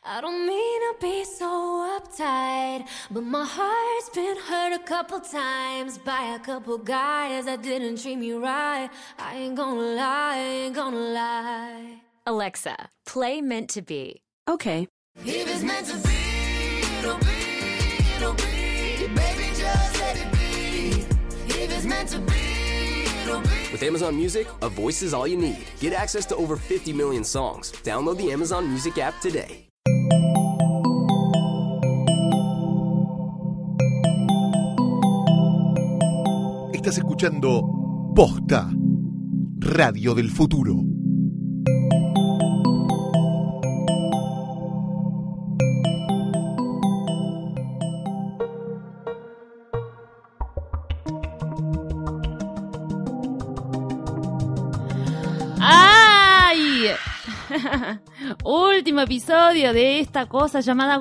I don't mean to be so uptight, but my heart's been hurt a couple times by a couple guys that didn't treat me right. I ain't gonna lie, ain't gonna lie. Alexa, play Meant to Be. Okay. If it's meant to be, it'll be, it'll be. Baby, just let it be. If it's meant to be, it'll be. With Amazon Music, a voice is all you need. Get access to over 50 million songs. Download the Amazon Music app today. Estás escuchando Posta, Radio del Futuro. ¡Ay! Último episodio de esta cosa llamada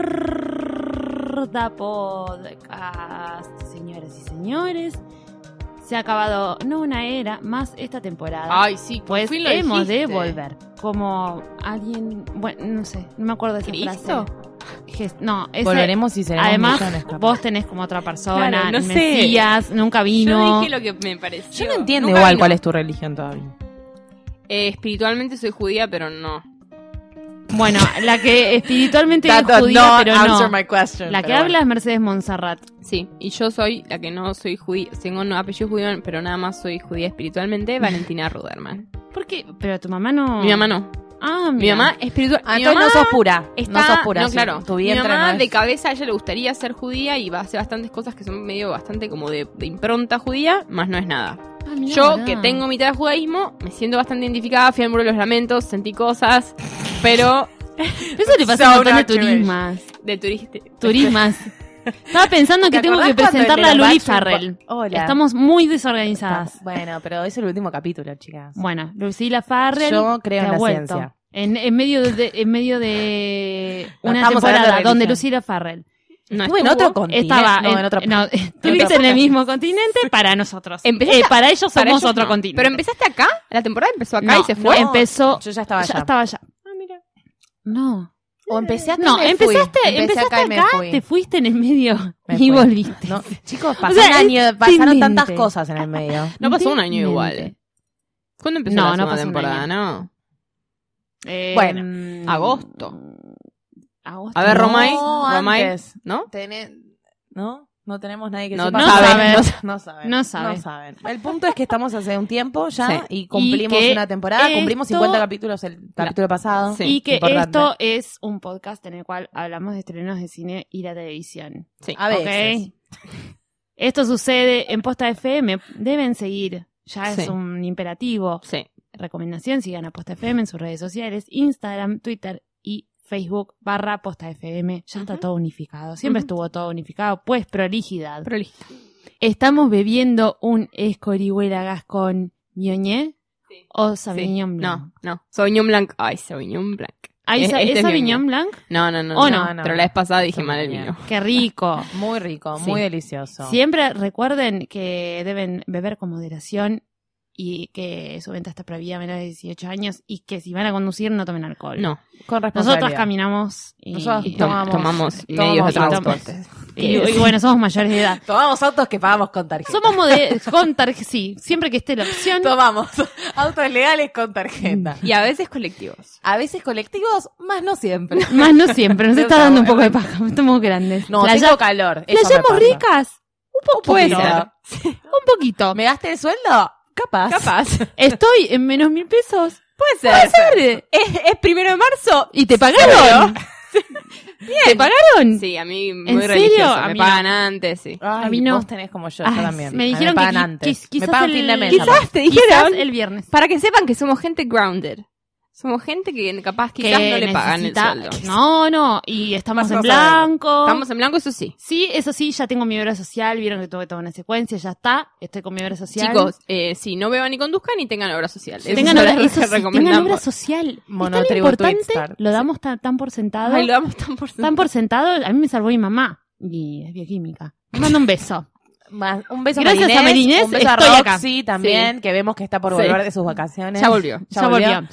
Gorda Podcast. Señoras y señores, se ha acabado no una era, más esta temporada. Ay, sí, pues lo hemos dijiste. de volver. Como alguien, bueno, no sé, no me acuerdo de esa ¿Cristo? frase. No, esa, Volveremos y seremos además, millones, capaz. vos tenés como otra persona, Claro, no sé. Mesías, nunca vino. Yo dije lo que me pareció. Yo no entiendo Nunca igual vino. cuál es tu religión todavía. Espiritualmente soy judía, pero no. Bueno, la que espiritualmente es That does judía, not pero answer no. my question, La que pero habla es Mercedes Monserrat. Sí, y yo soy la que no soy judía. Tengo un apellido judío, pero nada más soy judía espiritualmente, Valentina Ruderman. ¿Por qué? Pero tu mamá no... Mi mamá no. Ah, Mi mira. mamá espiritual. Ah, mi entonces mamá no sos pura. está... No sos pura. No, sí. claro. Tu Mi vientre mamá no es... de cabeza, a ella le gustaría ser judía y va a hacer bastantes cosas que son medio bastante como de impronta judía, más no es nada. Ah, mirá, Yo, boluda. que tengo mitad de judaísmo, me siento bastante identificada, fui al Muro de los Lamentos, sentí cosas, pero Eso le pasa So a un montón de not Jewish. turismas. de turista. Turismas. Estaba pensando que ¿Te tengo que acordás cuando presentarle a el de Luli los Backstreet Farrell. Boys? Hola. Estamos muy desorganizadas. Bueno, pero es el último capítulo, chicas. Bueno, Lucila Farrell. Yo creo que en ha la vuelto. ciencia. En medio de No, una estamos hablando temporada de donde religión. Lucila Farrell No Estuve en otro continente. estaba No, en otro... estuviste en el mismo continente para nosotros. Empezaste a- Para ellos para somos ellos otro no. continente. Pero empezaste acá, la temporada empezó acá No, y se fue. no. empezó. Yo ya estaba allá. Estaba allá. Ah, mira. No. O empecé acá No, y me fui. empezaste Empecé acá, y me fui. te fuiste en el medio Me y fui. volviste. No, chicos, O pasó sea, un año, es pasaron demente. tantas cosas en el medio. No pasó un año Demente. igual. ¿Cuándo empezó No, la no segunda pasó un temporada? año. No. Bueno, agosto. Agosto. A ver, Romay. No, Romay, antes. ¿no? ¿No? No tenemos nadie que No sepa. sabe. No saben. No sabe. No saben. El punto es que estamos hace un tiempo ya Sí. y cumplimos Y que una temporada, cumplimos esto- 50 capítulos el capítulo pasado. Sí. Y que Importante. esto es un podcast en el cual hablamos de estrenos de cine y la televisión. Sí. A veces. ¿Ok? Esto sucede en Posta FM. Deben seguir. Ya es Sí. un imperativo. Sí. Recomendación, sigan a Posta FM en sus redes sociales, Instagram, Twitter y Facebook /Posta FM. Ya está todo unificado. Siempre estuvo todo unificado. Pues prolijidad. Prolijo. Estamos bebiendo un Escorihuela Gascon Mioñé o Sauvignon Blanc. No. Sauvignon Blanc. Ay, Sauvignon Blanc. ¿Ahí Este ¿Es es Sauvignon Mioñé. Blanc? No. ¿O no? No. Pero la vez pasada dije mal el Mioñé. vino. ¡Qué rico! Muy rico, Sí. muy delicioso. Siempre recuerden que deben beber con moderación y que su venta está prohibida a menores de 18 años y que si van a conducir no tomen alcohol. No. Con responsabilidad. Nosotros caminamos y, Nosotros y tomamos medios de transporte. y bueno, somos mayores de edad. Tomamos autos que pagamos con tarjeta. Somos con tarjeta, sí, siempre que esté la opción. Tomamos autos legales con tarjeta. Y a veces colectivos. A veces colectivos, más no siempre. Más no siempre, nos No está dando un sabemos. poco de paja, estamos grandes. No, Playa- tengo calor. eso me ¿Playamos pasa. ricas? Puede poquito. ser. Un poquito. ¿Me gasté el sueldo? Capaz. Capaz. Estoy en menos 1.000 pesos. Puede ser. Puede ser. Es 1 de marzo. ¿Y te pagaron? ¿Te pagaron? Sí, a mí muy ¿En serio? religioso. A Me mí pagan antes, sí. Ay, A mí no. Vos tenés como yo, Ay, yo también. me A mí dijeron pagan que antes. quizás me pagan el- fin de mes. Quizás aparte. te Quizás dijeron el viernes. para que sepan que somos gente grounded. Somos gente que capaz quizás no le pagan el necesita- sueldo. No, y estamos Más en no sabemos. blanco. Estamos en blanco, eso sí. Sí, eso sí, ya tengo mi obra social, vieron que tuve toda una secuencia, ya está, estoy con mi obra social. Chicos, sí, no beban ni conduzcan ni tengan obra social. Eso tengan es obra, lo que eso sí, tengan recomendamos. obra social. Es tan Monotributo importante, Twitstar. lo damos tan por sentado. Ay, lo damos tan por Tan por sentado, a mí me salvó mi mamá, y es bioquímica. Me manda un beso. Un beso Gracias a a Marinés, un beso a estoy acá. Roxy también, que vemos que está por Sí. volver de sus vacaciones. Ya volvió. Ya volvió. Sí.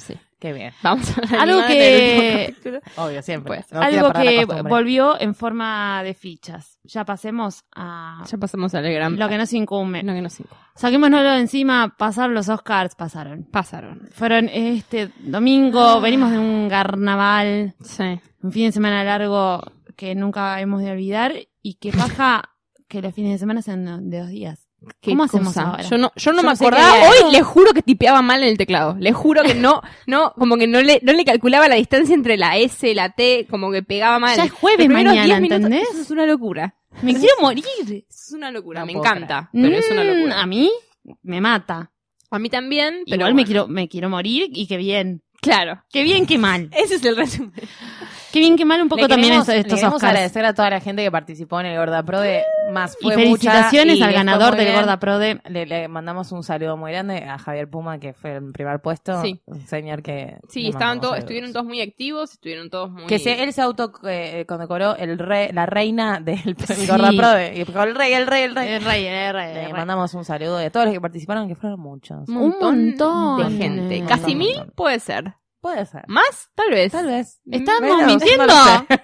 Qué bien. Vamos a hablar Algo del que- último capítulo. Obvio, siempre. Puede ser. No quiero Algo perder la que costumbre. volvió en forma de fichas. Ya pasemos a Ya pasamos al gran... lo que nos incumbe. Lo que nos incumbe. Saquémonoslo de encima, pasaron los Oscars, pasaron. Pasaron. Fueron este domingo, venimos de un carnaval, Sí. un fin de semana largo que nunca hemos de olvidar y que paja que los fines de semana sean de 2 días. ¿Qué ¿Cómo hacemos cosa? ahora? Yo no me no sé acordaba. qué día Hoy es. le juro que tipeaba mal en el teclado. Le juro que como que no le calculaba la distancia entre la S y la T, como que pegaba mal. Ya es jueves Los primeros mañana, 10 minutos, ¿entendés? Eso es una locura. Me quiero morir. Es una locura. No me puedo encanta. Pero es una locura. A mí me mata. A mí también, pero Igual bueno. me quiero morir y qué bien. Claro. Qué bien, qué mal. Ese es el resumen. Qué bien, qué mal un poco Le también queremos- estos le queremos Oscars. agradecer a toda la gente que participó en el Gorda Prode. Más Y fue felicitaciones mucha, y al le fue ganador muy del bien. Gorda Prode. Le mandamos un saludo muy grande a Javier Puma, que fue en primer puesto. Sí. Un señor que... Sí, le estaban mandamos todos, saludos. estuvieron todos muy activos, estuvieron todos muy... Que él se auto condecoró la reina del Sí. Gorda Prode. Y dijo, el rey. El rey. Le mandamos un saludo y a todos los que participaron, que fueron muchos. un un montón de gente. Un Casi montón. 1000 puede ser. Puede ser. ¿Más? Tal vez. Tal vez. ¿Estamos Menos, mintiendo? no lo sé.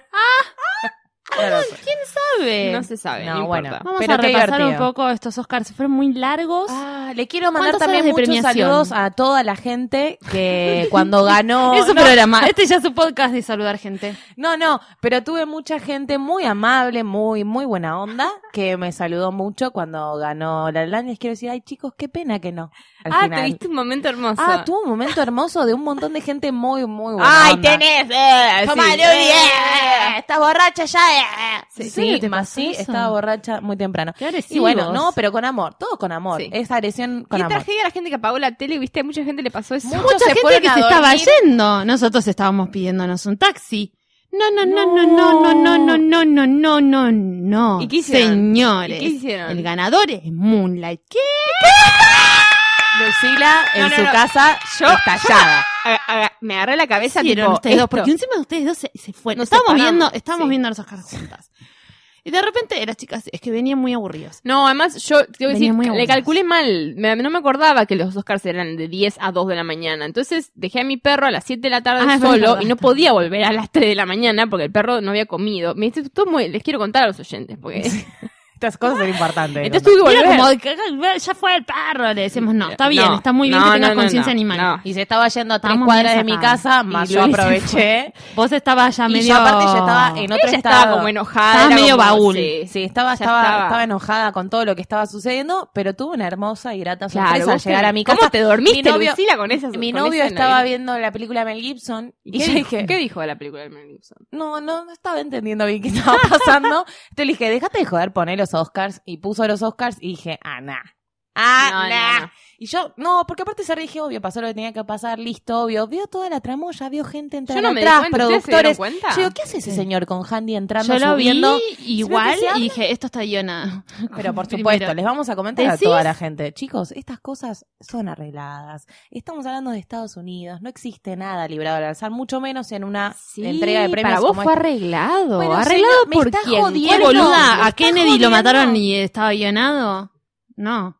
No lo sé. ¿Sabe? No se sabe, No, no, bueno. importa. Vamos Pero a qué repasar un divertido. poco estos Oscars. Fueron muy largos. Le quiero mandar ¿Cuántas también horas de muchos premiación? saludos a toda la gente que cuando ganó... es su No, programa. Este ya es su podcast de saludar gente. No, pero tuve mucha gente muy amable, muy buena onda, que me saludó mucho cuando ganó La La Land. Les quiero decir, ay chicos, qué pena que no. Al final. tuviste un momento hermoso. Tuvo un momento hermoso de un montón de gente muy buena ¡Ay, onda. tenés! Toma, sí, Luli, estás borracha ya. ¿En Sí, serio te más pasó sí, eso? estaba borracha muy temprano. Qué agresivos. Y bueno, no, pero con amor, todo con amor. Sí. Esa agresión con Qué amor. tragedia la gente que apagó la tele, viste, a mucha gente le pasó eso. Muchos Mucha se gente fueron que a se estaba dormir. yendo. Nosotros estábamos pidiéndonos un taxi. No. ¿Y qué hicieron? Señores. ¿Y qué hicieron? El ganador es Moonlight. ¿Qué? Lucila en No, su no. casa estallada. Me agarré la cabeza, Hicieron tipo, ustedes dos, esto. porque encima de ustedes dos se fueron. Nos Estábamos separamos. Sí. viendo los Oscars juntas. Y de repente las chicas, es que venían muy aburridos. No, además yo te voy a Venían muy decir, le aburridos. calculé mal. No me acordaba que los Oscars eran de 10 a 2 de la mañana. Entonces dejé a mi perro a las 7 de la tarde Ah, es solo verdad. y no podía volver a las 3 de la mañana porque el perro no había comido. Me dice, les quiero contar a los oyentes porque Estas cosas son importantes. entonces tuve que Era volver. como, ya fue el perro, le decíamos, no, está bien, No, está muy bien no, que tengas no, no, conciencia no, animal. no. Y se estaba yendo a 3 Estábamos cuadras de bien mi sacadas. casa, más Y yo Luis se aproveché. Vos estabas ya Y medio... yo aparte ya estaba en otro Ella estado. estaba como enojada. Estaba era medio como, baúl. Sí, estaba enojada con todo lo que estaba sucediendo, pero tuve una hermosa y grata sorpresa Claro, al vos llegar a mi ¿Cómo casa. te dormiste, Mi novio- Lucila, con esa Mi con novio esa estaba nariz? viendo la película de Mel Gibson y ¿Qué yo dijo? dije, ¿Qué dijo de la película de Mel Gibson? no estaba entendiendo bien qué estaba pasando. Entonces le dije, déjate de joder, poné los Oscars. Y puso los Oscars y dije, nah. No. Y yo, no, porque aparte se dije, obvio, pasó lo que tenía que pasar, listo, obvio. Vio toda la tramoya, vio gente entrar Yo no me di atrás, cuenta, ¿ustedes se dieron productores. cuenta? Yo digo, ¿qué hace ese señor con Handy entrando, Yo lo vi subiendo? igual ¿Se ve que se y habla? dije, esto está guionado. Pero por Primero. supuesto, les vamos a comentar a ¿Decís? toda la gente. Chicos, estas cosas son arregladas. Estamos hablando de Estados Unidos. No existe nada librado al azar, mucho menos en una entrega de premios para vos como fue esta. arreglado. Bueno, ¿Arreglado señor, me por está quién? jodiendo. ¿Qué boluda? Me ¿A está Kennedy lo jodiendo. mataron y estaba guionado? No.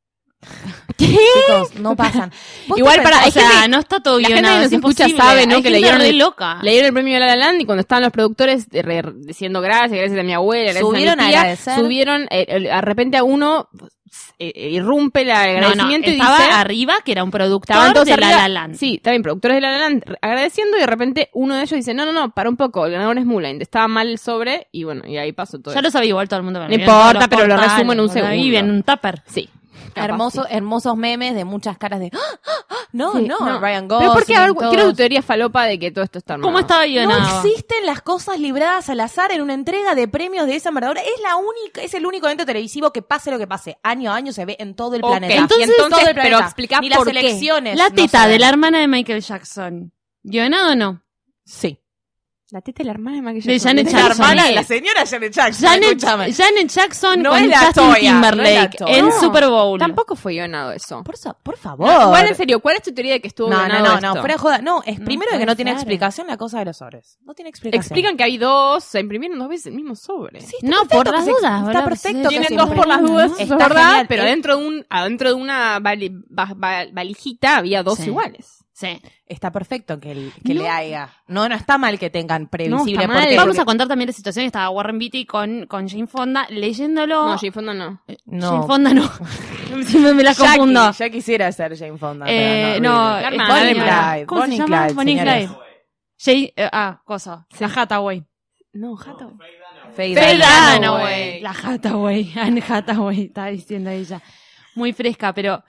Chicos, no pasan. ¿Vos Igual te para- pensás- O sea, gente- no está todo la gente guionado. que es nos escucha imposible. sabe, ¿no? Hay Que gente le dieron loca. Le dieron el premio a La La Land y cuando estaban los productores diciendo gracias a mi abuela, gracias Subieron a a mi tía, agradecer. subieron, de repente a uno irrumpe el agradecimiento y estaba dice... arriba, que era un productor Estaban todos de La arriba. La Land. Sí, está bien, productores de La La Land agradeciendo y de repente uno de ellos dice, no, para un poco, el ganador es Moonlight, estaba mal el sobre y bueno, y ahí pasó todo. Ya lo sabía igual todo el mundo. No importa, pero lo resumo en un segundo. Ahí en un tupper. Sí. capaz Hermosos memes de muchas caras de no, Sí, no, Ryan Gosling. Pero porque a ver, todos. quiero tu teoría falopa de que todo esto está armado. ¿Cómo estaba No guionado? existen las cosas libradas al azar en una entrega de premios de esa envergadura. Es el único evento televisivo que pase lo que pase. Año a año se ve en todo el Ok, planeta. entonces- Y en todo el pero planeta. explica Ni las por qué. elecciones. La no teta se de ven. la hermana de Michael Jackson. ¿Guionado o no? Sí. La teta de la hermana de Michael De Jackson. Janet La Jackson. hermana de de la señora Janet Jackson. Janet escúchame. Jackson No con es la Justin Toya, no es Timberlake la Toya. en No, Super Bowl. Tampoco fue guionado eso. Por favor. No, igual en serio, ¿cuál es tu teoría de que estuvo No, guionado no, esto? fuera de joda. No, es primero de puede que no tiene ser. explicación la cosa de los sobres. No tiene explicación. Explican que hay dos, se imprimieron dos veces el mismo sobre. Sí, está No, perfecto por las que se- dudas, Está boludo, perfecto. sí, que Tienen se dos por las imprima. dudas, eso es Está verdad, genial. pero adentro de una valijita había dos Sí. iguales. Sí. Está perfecto que le haya. No está mal que tengan previsible. está mal. porque Vamos a contar también la situación que estaba Warren Beatty con Jane Fonda leyéndolo. No, Jane Fonda no. No. Jane Fonda no. Siempre me la confundo. Ya quisiera ser Jane Fonda. No, pero Karma, Bonnie Karma. Clyde. ¿Cómo se Bonnie llama? Clyde, Bonnie señores. Clyde. Cosa. La Hathaway. No, Hathaway. Faye Faye Dunaway. Dunaway. La Hathaway. Anne Hathaway, estaba diciendo ella. Muy fresca, pero...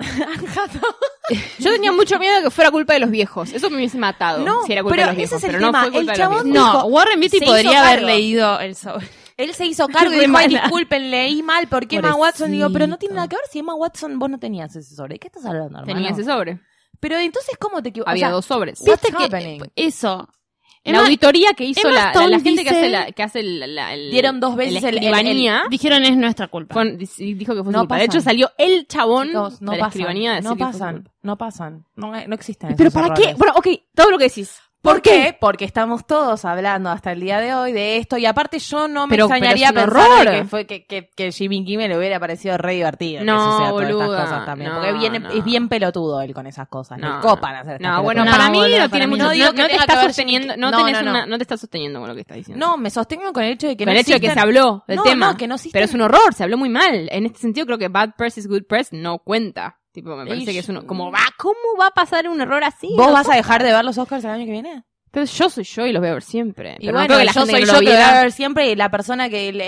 Yo tenía mucho miedo de que fuera culpa de los viejos. Eso me hubiese matado. No, si era culpa pero de los viejos. ese es el Pero no tema. fue culpa El de los chabón viejos. No, dijo- Warren Beatty se hizo podría haber cargo. leído el sobre. Él se hizo cargo y Re dijo, ay, mala. disculpen, leí mal porque Emma Watson. Digo, pero no Pobrecito. tiene nada que ver si Emma Watson, vos no tenías ese sobre. ¿De qué estás hablando, hermano? Tenía ese sobre. Pero entonces, ¿cómo te equivocas? Había 2 sobres. What's Viste que happening? eso. La auditoría que hizo Emma la Stone gente dice- que hace Dieron 2 veces la escribanía. Dijeron es nuestra culpa. Dijo que fue su No culpa. De pasan. hecho, salió el chabón Chicos, no de la pasan, escribanía a decir no que fue su pasan, culpa. no pasan, no existen ¿Pero esos para qué? errores. Bueno, ok, todo lo que decís. ¿Por qué? Porque estamos todos hablando hasta el día de hoy de esto y aparte yo no me Pero extrañaría es un pensar horror. de que fue que Jimmy Kimmel le hubiera parecido re divertido No, que suceda todas boluda, estas cosas también, no, porque no. es bien pelotudo él con esas cosas, No, le copan hacer estas No, bueno, pelotudas. para mí boluda, no para tiene mí mucho. no. No, digo que no te tenga está que ver sosteniendo, sin- no no, tenés no, una, no. no te estás sosteniendo con lo que estás diciendo. No, me sostengo con el hecho de que Con no el hecho de que existen- se habló del No, tema. no, que no existen- Pero es un horror, se habló muy mal. En este sentido creo que bad press is good press no cuenta. Tipo, me parece que es uno. ¿Cómo va a pasar un error así? ¿Vos No vas a pasa. dejar de ver los Oscars el año que viene? Pero yo soy yo y los voy a ver siempre. Y Pero no bueno, creo que la yo gente soy que yo lo que voy a viera. ver siempre y la persona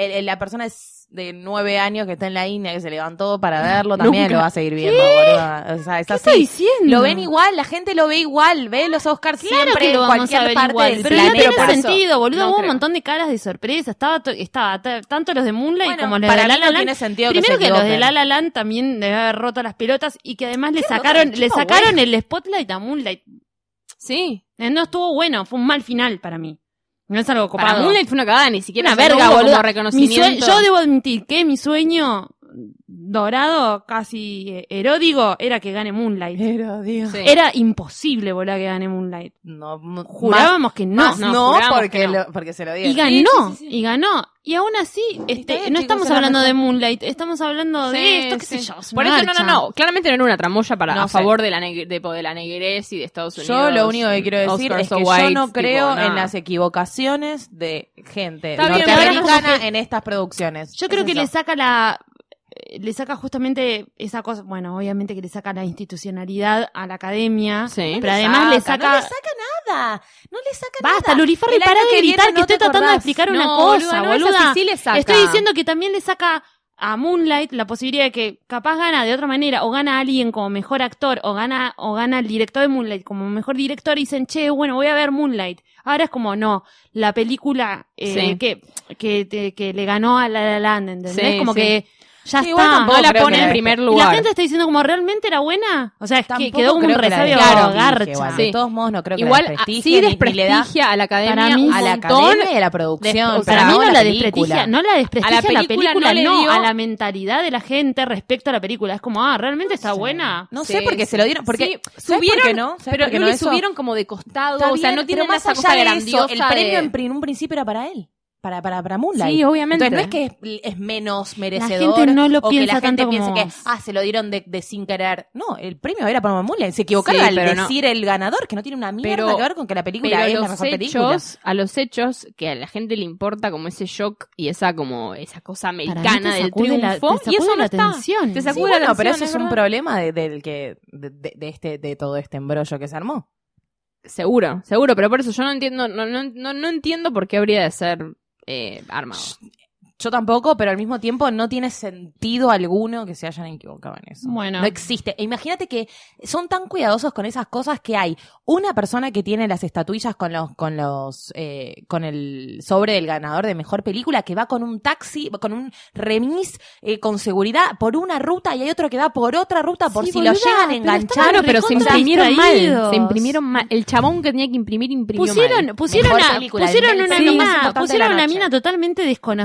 es de 9 años que está en la India, que se levantó para verlo, también Nunca. lo va a seguir viendo, boluda. O sea, es ¿Qué así. está diciendo? Lo ven igual, la gente lo ve igual, ve los Oscars Claro siempre que lo en vamos cualquier a ver parte igual, del pero no planeta. tiene por eso, sentido, boludo. no Hubo un creo. montón de caras de sorpresa. Estaba tanto los de Moonlight Bueno, como los para de mí La La no Land. tiene sentido que Primero se que los de equivoquen. La La Land también debe haber roto las pelotas y que además le ¿Qué sacaron roto? Chupa el spotlight a Moonlight. Sí. No estuvo bueno, fue un mal final para mí. No es algo Para copado. Moonlight fue una cagada, ni siquiera Una se verga, hubo como boludo. reconocimiento. Yo debo admitir que mi sueño dorado, casi eródico, era que gane Moonlight. Pero, Dios. Sí. Era imposible, boludo, que gane Moonlight. No, Jurábamos que no. no, jurábamos porque, que no. porque se lo dieron. Y ganó, sí. y ganó. Y aún así, Está bien, no chicos, estamos era hablando mejor. de Moonlight, estamos hablando Sí, de esto, qué sí. sé yo. es Por una eso, garcha. no. Claramente no era una tramoya para No a sé. favor de la negrez y de Estados Unidos. Yo lo único que quiero decir Oscar es so que yo white, no tipo, creo nada. en las equivocaciones de gente Está bien, norteamericana pero como que- en estas producciones. Yo creo Es que eso. le saca justamente esa cosa, bueno, obviamente que le saca la institucionalidad a la academia, Sí. pero además le saca... No le saca nada. No le saca Basta, nada. Luli Farri, El año pará de que gritar viene que no estoy te tratando de acordás. explicar una No, cosa, boluda, no es boluda. así, sí le saca. Estoy diciendo que también le saca a Moonlight la posibilidad de que capaz gana de otra manera, o gana alguien como mejor actor, o gana el director de Moonlight como mejor director, y dicen, che, bueno, voy a ver Moonlight. Ahora es como, no, la película Sí. que le ganó a La La Land, ¿entendés? Sí, como sí. que ya Sí, igual está. tampoco No la creo pone que en la- primer Y la lugar. gente está diciendo como, ¿realmente era buena? O sea, es que Tampoco quedó como un creo que la resabio desprestigie, garcha. igual. Sí. De todos modos, no creo que Igual la sí desprestigie ni le da desprestigia a la academia Para mí, un a la montón. academia y a la producción. Para mí pero no a la película. desprestigia, no la desprestigia A la película no le dio- a la mentalidad de la gente respecto a la película. Es como, ¿realmente está buena? No Sí, sé por qué sí. se lo dieron. Porque Sí, ¿sabes subieron, por qué no? ¿Sabes pero por qué no no le eso? subieron como de costado, Está o sea, bien, no tienen pero más esa allá cosa de eso, grandiosa el premio de... en un principio era para él. Para Moonlight. Sí, obviamente. Entonces no es que es menos merecedor. gente no lo o que piensa la gente tanto piense como que, vos. se lo dieron de sin querer. No, el premio era para Moonlight. Se equivocaron Sí, al pero no. decir el ganador, que no tiene una mierda Pero- que ver con que la película Pero es la los mejor película. a los hechos que a la gente le importa como ese shock y esa cosa Para mí te americana del sacude la- triunfo, te y eso sacude no la está. tensión. Te Sí, Sí, sacude la bueno, pero eso tensión, es un verdad. problema de todo este embrollo que se armó. Seguro, pero por eso yo no entiendo por qué habría de ser armado. Yo tampoco, pero al mismo tiempo no tiene sentido alguno que se hayan equivocado en eso. Bueno. No existe. E imagínate que son tan cuidadosos con esas cosas que hay una persona que tiene las estatuillas con el sobre del ganador de mejor película que va con un taxi, con un remis con seguridad por una ruta y hay otro que va por otra ruta por Sí, si lo boluda, llegan a pero enganchar. estaban Pero se recontra imprimieron mal. distraídos. Se imprimieron mal. El chabón que tenía que imprimió mal. Pusieron Mejor película, pusieron el una premio más mina, importante de la pusieron una noche. mina totalmente No desconocida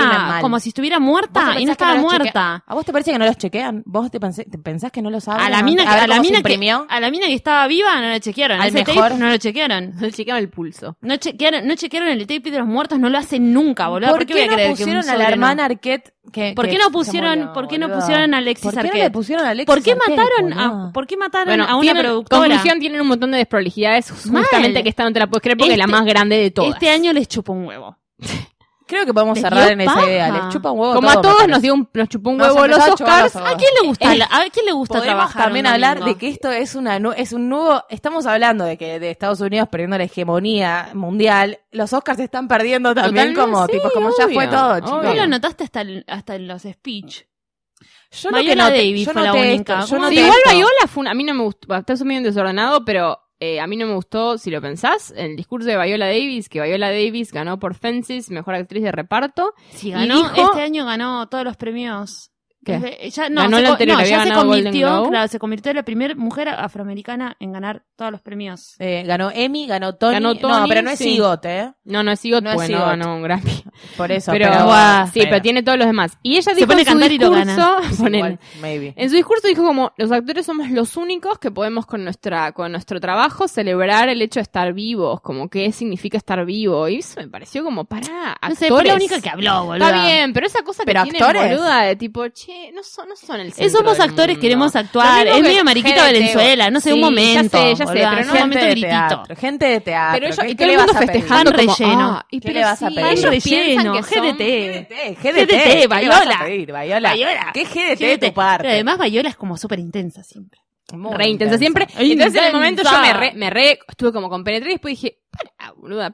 mal. como si estuviera ¿Vos muerta te y no pensás que estaba los muerta. chequean? ¿A vos te parece que no los chequean? ¿Vos te pensás que no los saben? A la mina que que estaba viva no la chequearon. Al Ese mejor. tape no lo chequearon. Le chequeaban el pulso. No chequearon el tape de los muertos, no lo hacen nunca, boludo. ¿Por qué voy a qué creer no que un pusieron a la sobre hermana Arquette? ¿Por qué no pusieron a Alexis ¿Por qué no Arquette? le pusieron a Alexis ¿Por qué Arquette, boludo? ¿Por qué mataron Bueno, a una tienen, productora? conclusión, tienen un montón de desprolijidades, Mal. justamente que esta no te la puedes creer porque es la más grande de todas. Este año les chupó un huevo. Creo que podemos Les cerrar dio en esa paja. idea. Les chupa un huevo Como todo, a todos me nos parece. nos chupó un Nos huevo los empezó a chupar Oscars. los ¿A huevos. quién le gusta Podemos trabajar también un hablar domingo? de que esto es es un nuevo. Estamos hablando de que de Estados Unidos perdiendo la hegemonía mundial. Los Oscars se están perdiendo también, Totalmente, como sí, ya obvio, fue todo, obvio. chicos. ¿No lo notaste hasta en los speech? Yo no Viola que noté- Davis yo fue la noté única. esto, yo ¿Cómo? noté Sí, igual esto. Viola fue a mí no me gustó, está medio desordenado, pero a mí no me gustó, si lo pensás, el discurso de Viola Davis, que Viola Davis ganó por Fences, mejor actriz de reparto. Sí, Y ganó, dijo- este año ganó todos los premios. ¿Qué? Ella, Ganó el anterior, había ya se ganado Golden convirtió, Globe. claro, se convirtió en la primera mujer afroamericana en ganar todos los premios. Ganó Emmy, ganó Tony. Ganó No, Tony, pero no es sí. EGOT, ¿eh? No es Sigot, No es bueno, Sigot. ganó un Grammy. Por eso. Pero, sí, pero tiene todos los demás. Y ella Se dijo pone en a su cantar y lo discurso, gana. ponele. Igual, maybe. En su discurso dijo como, los actores somos los únicos que podemos con nuestro trabajo celebrar el hecho de estar vivos, como qué significa estar vivo. Y eso me pareció como, pará, No actores. sé, fue la única que habló, boludo. Está bien, pero esa cosa que ¿Pero tienen, actores? boluda, de tipo, che, no son el centro Somos del actores, mundo. queremos Lo actuar. mismo Es que medio mariquita GDT, Valenzuela, no sé, sí, un momento. ya sé, boluda, pero es no un Gente momento de gritito. teatro, gente de teatro. Pero ellos, y ¿Qué todo le el vas mundo a pedir? festejando Tan como, relleno. y ¿Qué pero le vas a sí, pedir? ellos Tan piensan relleno, que son- GDT, GDT, ¿qué le vas a Viola. pedir, Viola? Viola. ¿Qué GDT de tu parte? Pero además Viola es como súper intensa siempre. Muy re intensa siempre. Intensa. Y entonces en el momento yo Intensa. estuve como compenetré y después dije, boluda,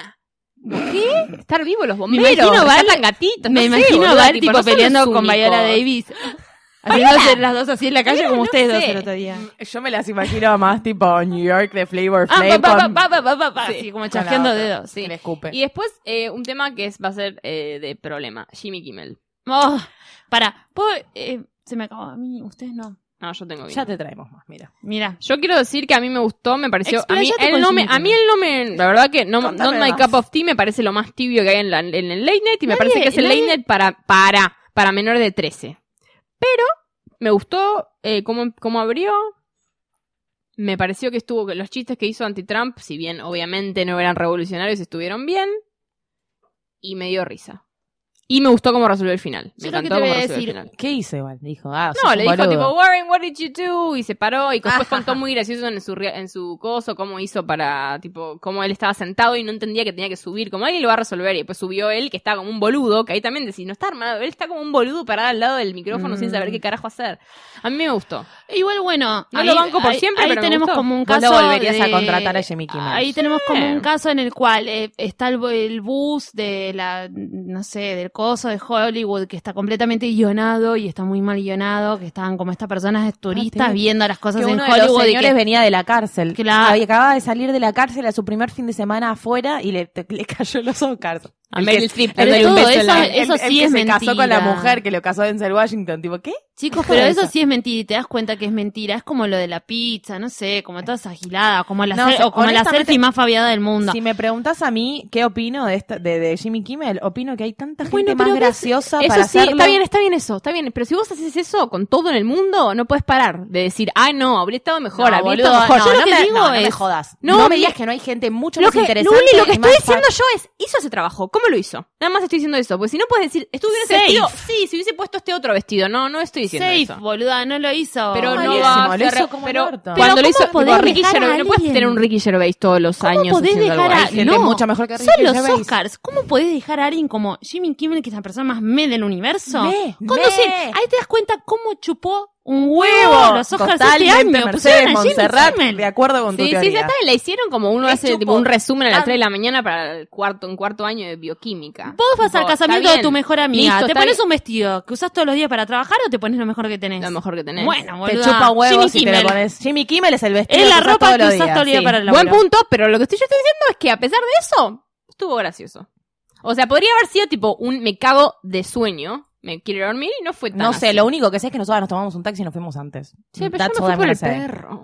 ¿qué? Estar vivos los bomberos. Me imagino a Val- rescatan gatitos. Me no sé, imagino a boluda, Val tipo, tipo no son peleando los con únicos. Viola Davis. Haciéndose las dos así en la calle Viola, como no ustedes dos sé. el otro día. Yo me las imagino más tipo New York de Flavor Ah, Flav con- así como con chasqueando la otra, dedos. que le escupe. Y después un tema que va a ser de problema. Jimmy Kimmel. Oh, se me acabó a mí, ustedes no. No, yo tengo bien. Ya te traemos más, mira. Mira. Yo quiero decir que a mí me gustó, me pareció. A mí Expláyate él con no me, Jimmy a mí él no me. La verdad que no, Contame not my más. cup of tea me parece lo más tibio que hay en el late night y me Nadie- parece que es el nadie- late night para menores de 13. Pero me gustó cómo abrió. Me pareció que que los chistes que hizo anti-Trump, si bien obviamente no eran revolucionarios, estuvieron bien. Y me dio risa. Y me gustó cómo resolvió el final. Me Yo lo que encantó te voy cómo a resolvió el decir- final. ¿Qué hizo igual? Dijo, No, sos le un dijo boludo. tipo, Warren, what did you do? Y se paró y después contó muy gracioso en su coso cómo hizo para, tipo, cómo él estaba sentado y no entendía que tenía que subir, como alguien lo va a resolver y después subió él que estaba como un boludo, que ahí también decís, no está armado, él está como un boludo parado al lado del micrófono sin saber qué carajo hacer. A mí me gustó. Igual, bueno, No lo banco por siempre, ahí pero me tenemos gustó. como un Vos caso lo volverías a de- contratar a Jimmy Kimmel. Ahí tenemos como un caso en el cual está el bus de no sé, del coso de Hollywood que está completamente guionado y está muy mal guionado, que estaban como estas personas turistas sí. viendo las cosas Que en uno de los Hollywood y señores que venía de la cárcel. Claro. Acababa de salir de la cárcel a su primer fin de semana afuera y le cayó los Oscars. A El Meryl que- Streep pero dándole un todo beso en la- eso el sí que es se casó con la mentira. mujer que lo casó Denzel Washington, tipo, ¿qué? chicos, Todo pero eso eso. sí es mentira y te das cuenta que es mentira. Es como lo de la pizza, no sé, como toda esa gilada, como la No, o como la honestamente, selfie más fabiada del mundo. Si me preguntás a mí qué opino de Jimmy Kimmel, opino que hay tanta gente Bueno, más pero ves, graciosa Eso para sí, hacerlo. está bien eso, está bien. Pero si vos haces eso con todo en el mundo, no puedes parar de decir, ay no, habría estado mejor, No, habría boludo, estado mejor. no, Yo lo no que me, digo no, no es... me jodas. No, No me me- digas que no hay gente mucho Lo más que, interesante. Luli, lo que y estoy más diciendo yo es, hizo ese trabajo, ¿cómo lo hizo? Nada más estoy diciendo eso, porque si no puedes decir, estuvo bien ese Safe. vestido, sí, si hubiese puesto este otro vestido, no estoy diciendo Safe, eso. boluda, no lo hizo. Pero no Malísimo, va a lo ser- hizo como el pero orto. cuando Pero lo hizo, ¿cómo tipo, podés Ricky dejar a Gervais, no puedes alguien? tener un Ricky Gervais todos los ¿Cómo años podés haciendo algo dejar a... así. gente No, mucho mejor que Ricky son los Gervais. Oscars. ¿Cómo podés dejar a alguien como Jimmy Kimmel, que es la persona más me del universo? Me. Ahí te das cuenta cómo chupó un huevo Huevo, los Oscars totalmente, este año. Mercedes Pusieron a Jimmy Montserrat, Kimmel. de acuerdo con tu Sí, teoría. sí, ya está, la hicieron como uno Es hace chupo. tipo un resumen a las Ah. 3 de la mañana para un cuarto año de bioquímica. Vos vas al Tipo, casamiento está de bien. tu mejor amiga. Listo, ¿Te está pones bien. un vestido que usás todos los días para trabajar o te pones lo mejor que tenés? Lo mejor que tenés. Bueno, Te boluda. chupa huevos Jimmy si te lo Kimmel. pones. Jimmy Kimmel es el vestido Es la que usás ropa todos que los usás días. todo el día Sí. para el Buen laburo. punto, pero lo que yo estoy diciendo es que a pesar de eso, estuvo gracioso. O sea, podría haber sido tipo un me cago de sueño, me quiero dormir y no fue tan No sé, así. lo único que sé es que nosotros nos tomamos un taxi y nos fuimos antes. Che, pero That's yo all me fui I'm por el gonna say. perro.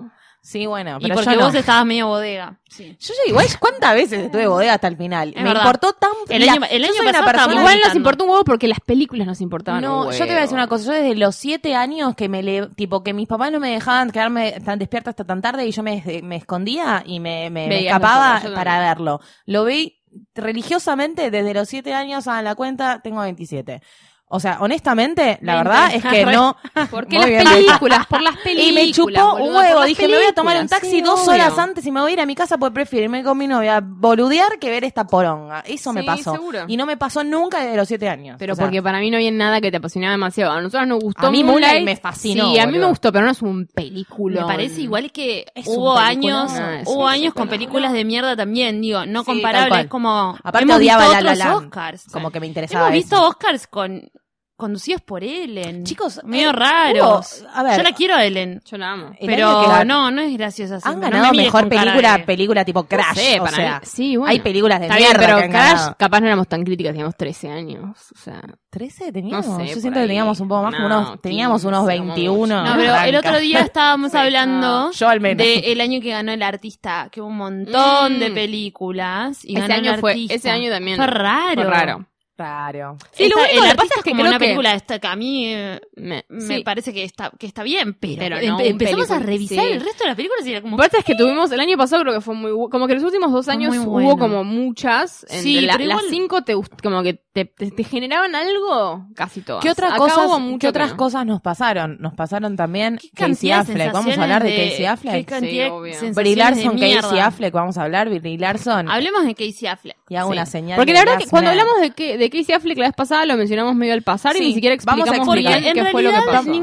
Sí, bueno, Y pero porque yo no. vos estabas medio bodega. Sí. Yo ya igual, ¿cuántas veces estuve bodega hasta el final? Me verdad. importó tan... El Mira, año yo soy pasado una persona... estábamos Igual nos gritando. importó un huevo porque las películas nos importaban un No, huevo. yo te voy a decir una cosa. Yo desde los 7 años que tipo que mis papás no me dejaban quedarme tan despierta hasta tan tarde y yo me escondía y me Veías escapaba nosotros, yo para también. verlo. Lo vi religiosamente desde los 7 años a la cuenta, tengo 27. O sea, honestamente, la 20. verdad es que no... Porque Muy las bien, películas, por las películas. Y me chupó un boluda, huevo. por las Dije, me voy a tomar un películas, taxi sí, 2 obvio. horas antes y me voy a ir a mi casa porque prefiero irme con mi novia a boludear que ver esta poronga. Eso me Sí, pasó. seguro. Y no me pasó nunca desde los 7 años. Pero O sea, porque para mí no había nada que te apasionaba demasiado. A nosotros nos gustó A mí Moonlight me fascinó, Sí, a mí boludo. me gustó, pero no es un película. Me parece igual que Es un hubo peliculón. años, Ah, sí, hubo sí, años pero con películas de mierda también, digo, no Sí, tal comparables, cual. como Aparte hemos odiaba visto La La otros Land. Oscars. Como que me interesaba Hemos visto eso. Oscars conducidos por Ellen. Chicos, medio hubo- raros. a ver, yo la quiero a Ellen. Yo la amo. el Pero año que no es graciosa. han siempre. No ganado me mires mejor con cara película tipo Crash. No sé, o para sea, mí. Sí, bueno. hay películas de Está bien, mierda pero que han Crash, ganado. capaz no éramos tan críticas, teníamos 13 años. O sea, 13 teníamos. No sé, Yo por siento que ahí. teníamos un poco más, como No, unos, teníamos 15, unos como 21. mucho. No, pero el Arranca. otro día estábamos hablando Yo al menos. del año que ganó el artista, que hubo un montón de Mm. películas. Y ese ganó el año fue, artista. ese año también. Fue raro. Fue raro. Claro. Sí, lo único el que artista pasa es que como creo una que- película esta, que a mí me Sí. parece que está bien, pero, Pero no un empezamos a película, revisar sí. el resto de las películas y era como... Lo que pasa es que tuvimos, el año pasado creo que fue como que los últimos 2 Fue años muy hubo bueno. como muchas. Sí, Entre pero las igual- 5 como que te generaban algo, casi todas. ¿Qué otras Acá cosas, hubo mucho ¿qué otras que no. cosas nos pasaron? Nos pasaron también ¿Qué Casey cantidad de Affleck. Vamos a hablar de sensaciones Casey Affleck. ¿Qué cantidad Sí, de obvio. sensaciones Brie Larson, de mierda? Casey Affleck, vamos a hablar, Brie Larson. Hablemos de Casey Affleck. Y hago Sí. una señal. Porque de la verdad que Last cuando Man. hablamos de Casey Affleck la vez pasada lo mencionamos medio al pasar y Sí, ni siquiera vamos a explicamos explicar. bien En qué fue lo que realidad, pasó.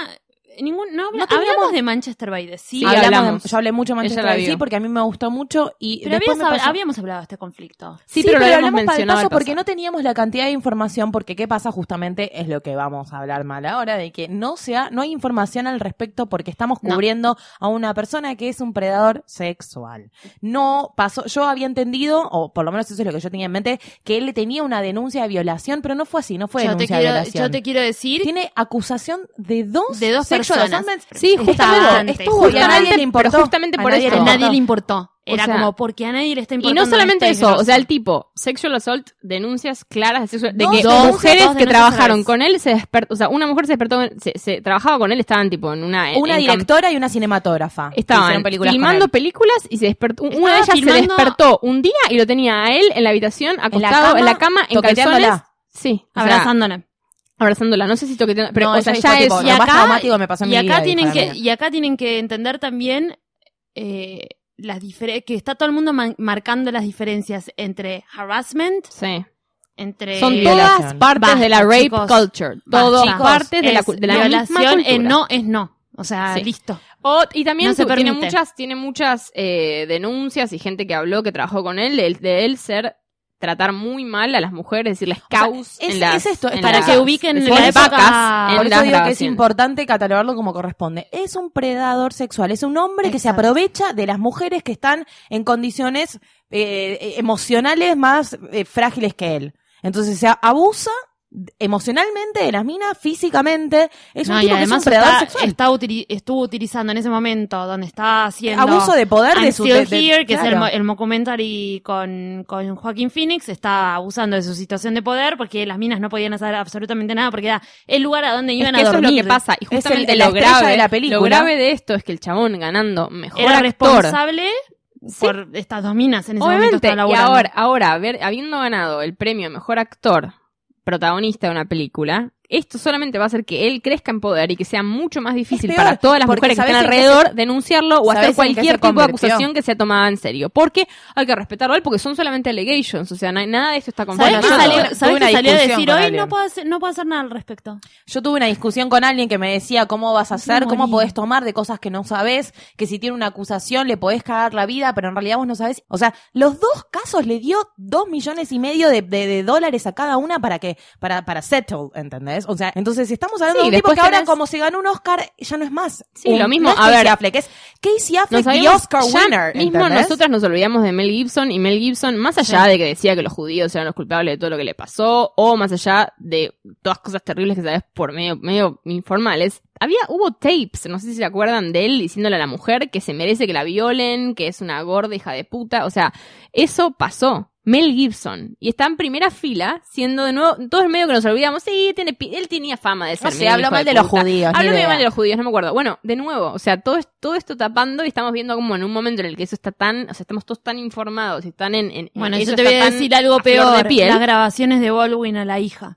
no No teníamos- hablamos de Manchester by the Sea. Sí, hablamos. hablamos. Yo hablé mucho de Ella Manchester la by the Sea vio. porque a mí me gustó mucho y Pero después me pasó- habíamos hablado de este conflicto. Sí, pero lo habíamos hablamos para el mencionado paso al porque pasar. no teníamos la cantidad de información, porque qué pasa justamente es lo que vamos a hablar mal ahora, de que no hay información al respecto porque estamos No. cubriendo a una persona que es un predador sexual. No pasó, yo había entendido, o por lo menos eso es lo que yo tenía en mente, que él tenía una denuncia de violación, pero no fue así, no fue denuncia de violación. Yo te quiero decir Tiene acusación de dos personas. sexual assaultments. Sí, justamente. Estuvo y a nadie le importó. Pero justamente A por nadie esto. le a importó. nadie le importó. Era O sea, como porque a nadie le está Y importando. no solamente esto, eso, es o sea, el grosso. tipo, sexual assault, denuncias claras de Dos que denuncias, mujeres dos que denuncias trabajaron a la vez. con él se despertó, o sea, una mujer se despertó, se trabajaba con él, estaban tipo en una Una en directora y una cinematógrafa. que estaban hicieron películas con filmando él. películas y se despertó, una de Estaba ellas se filmando- despertó un día y lo tenía a él en la habitación, acostado en la cama, en toqueteándola. calzones. Sí, o sea, Abrazándola. abrazándola, no sé si toqueteándola, pero No, o sea, ella ya dijo, es tipo, lo más traumático que me pasó en y mi acá vida, tienen dijo la que mina. y acá tienen que entender también que está todo el mundo marcando las diferencias entre harassment, sí. entre Son violación. todas partes Basta, de la rape chicos. culture. Basta, Todo chicos, partes de la, es de la misma violación, cultura. no es no. O sea, Sí. listo. Y también No se tiene permite. tiene muchas denuncias y gente que habló, que trabajó con él, de él tratar muy mal a las mujeres, decirles caus es- en las, es esto, es en para las- que ubiquen decirles la época- vacas en Por las eso digo que es grabaciones. importante catalogarlo como corresponde. Es un predador sexual, es un hombre que se Exacto. aprovecha de las mujeres que están en condiciones emocionales más frágiles que él. Entonces se abusa emocionalmente de las minas, físicamente. Es un No, y tipo que es un además predador sexual. estuvo utilizando en ese momento donde estaba haciendo Abuso de poder I'm de su... Still de- Here, que claro. es el documentary con Joaquín Phoenix, está abusando de su situación de poder porque las minas no podían hacer absolutamente nada porque era el lugar a donde Es iban que a eso dormir. es lo que pasa. Y Es justamente la lo estrella grave de la película. Lo grave de esto es que el chabón ganando mejor Era actor. responsable por estas dos minas en ese momento. Obviamente, estaba y laburando. ahora habiendo ganado el premio a mejor actor protagonista de una película, esto solamente va a hacer que él crezca en poder y que sea mucho más difícil peor, para todas las porque mujeres que están ¿sabes en qué alrededor denunciarlo o ¿sabes hacer en qué cualquier se tipo de convirtió? acusación que sea tomada en serio. Porque hay que respetarlo a él porque son solamente allegations, o sea, no hay, nada de esto está ¿Sabes Bueno, qué yo confirmado. tuve- salió, ¿sabes una qué salió a discusión decir con hoy? alguien. No puedo hacer nada al respecto. Yo tuve una discusión con alguien que me decía cómo vas a hacer, Me cómo morí. podés tomar de cosas que no sabés, que si tiene una acusación le podés cagar la vida, pero en realidad vos no sabés. O sea, los dos casos le dio $2,5 millones de dólares a cada una para settle, ¿entendés? ¿entendés? O sea, entonces estamos hablando de un tipo después que ahora tenés- como se ganó un Oscar, ya no es más. Sí, lo mismo, no es a Casey ver. Affleck, es Casey Affleck, the Sabíamos- Oscar ya winner, mismo ¿entendés? nosotras nos olvidamos de Mel Gibson, y Mel Gibson, más allá de que decía que los judíos eran los culpables de todo lo que le pasó, o más allá de todas cosas terribles que sabes por medio informales, hubo tapes, no sé si se acuerdan de él diciéndole a la mujer que se merece que la violen, que es una gorda hija de puta, o sea, eso pasó. Mel Gibson, y está en primera fila, siendo de nuevo, todos medio que nos olvidamos, sí, él tenía fama de ser No sé, medio habló hijo mal de los puta. judíos, ni Habló medio idea. mal de los judíos, no me acuerdo. Bueno, de nuevo, o sea, todo esto tapando, y estamos viendo como en un momento en el que eso está tan, o sea, estamos todos tan informados y están Bueno, eso yo te está voy a tan decir algo a flor peor. de piel. Las grabaciones de Baldwin a la hija.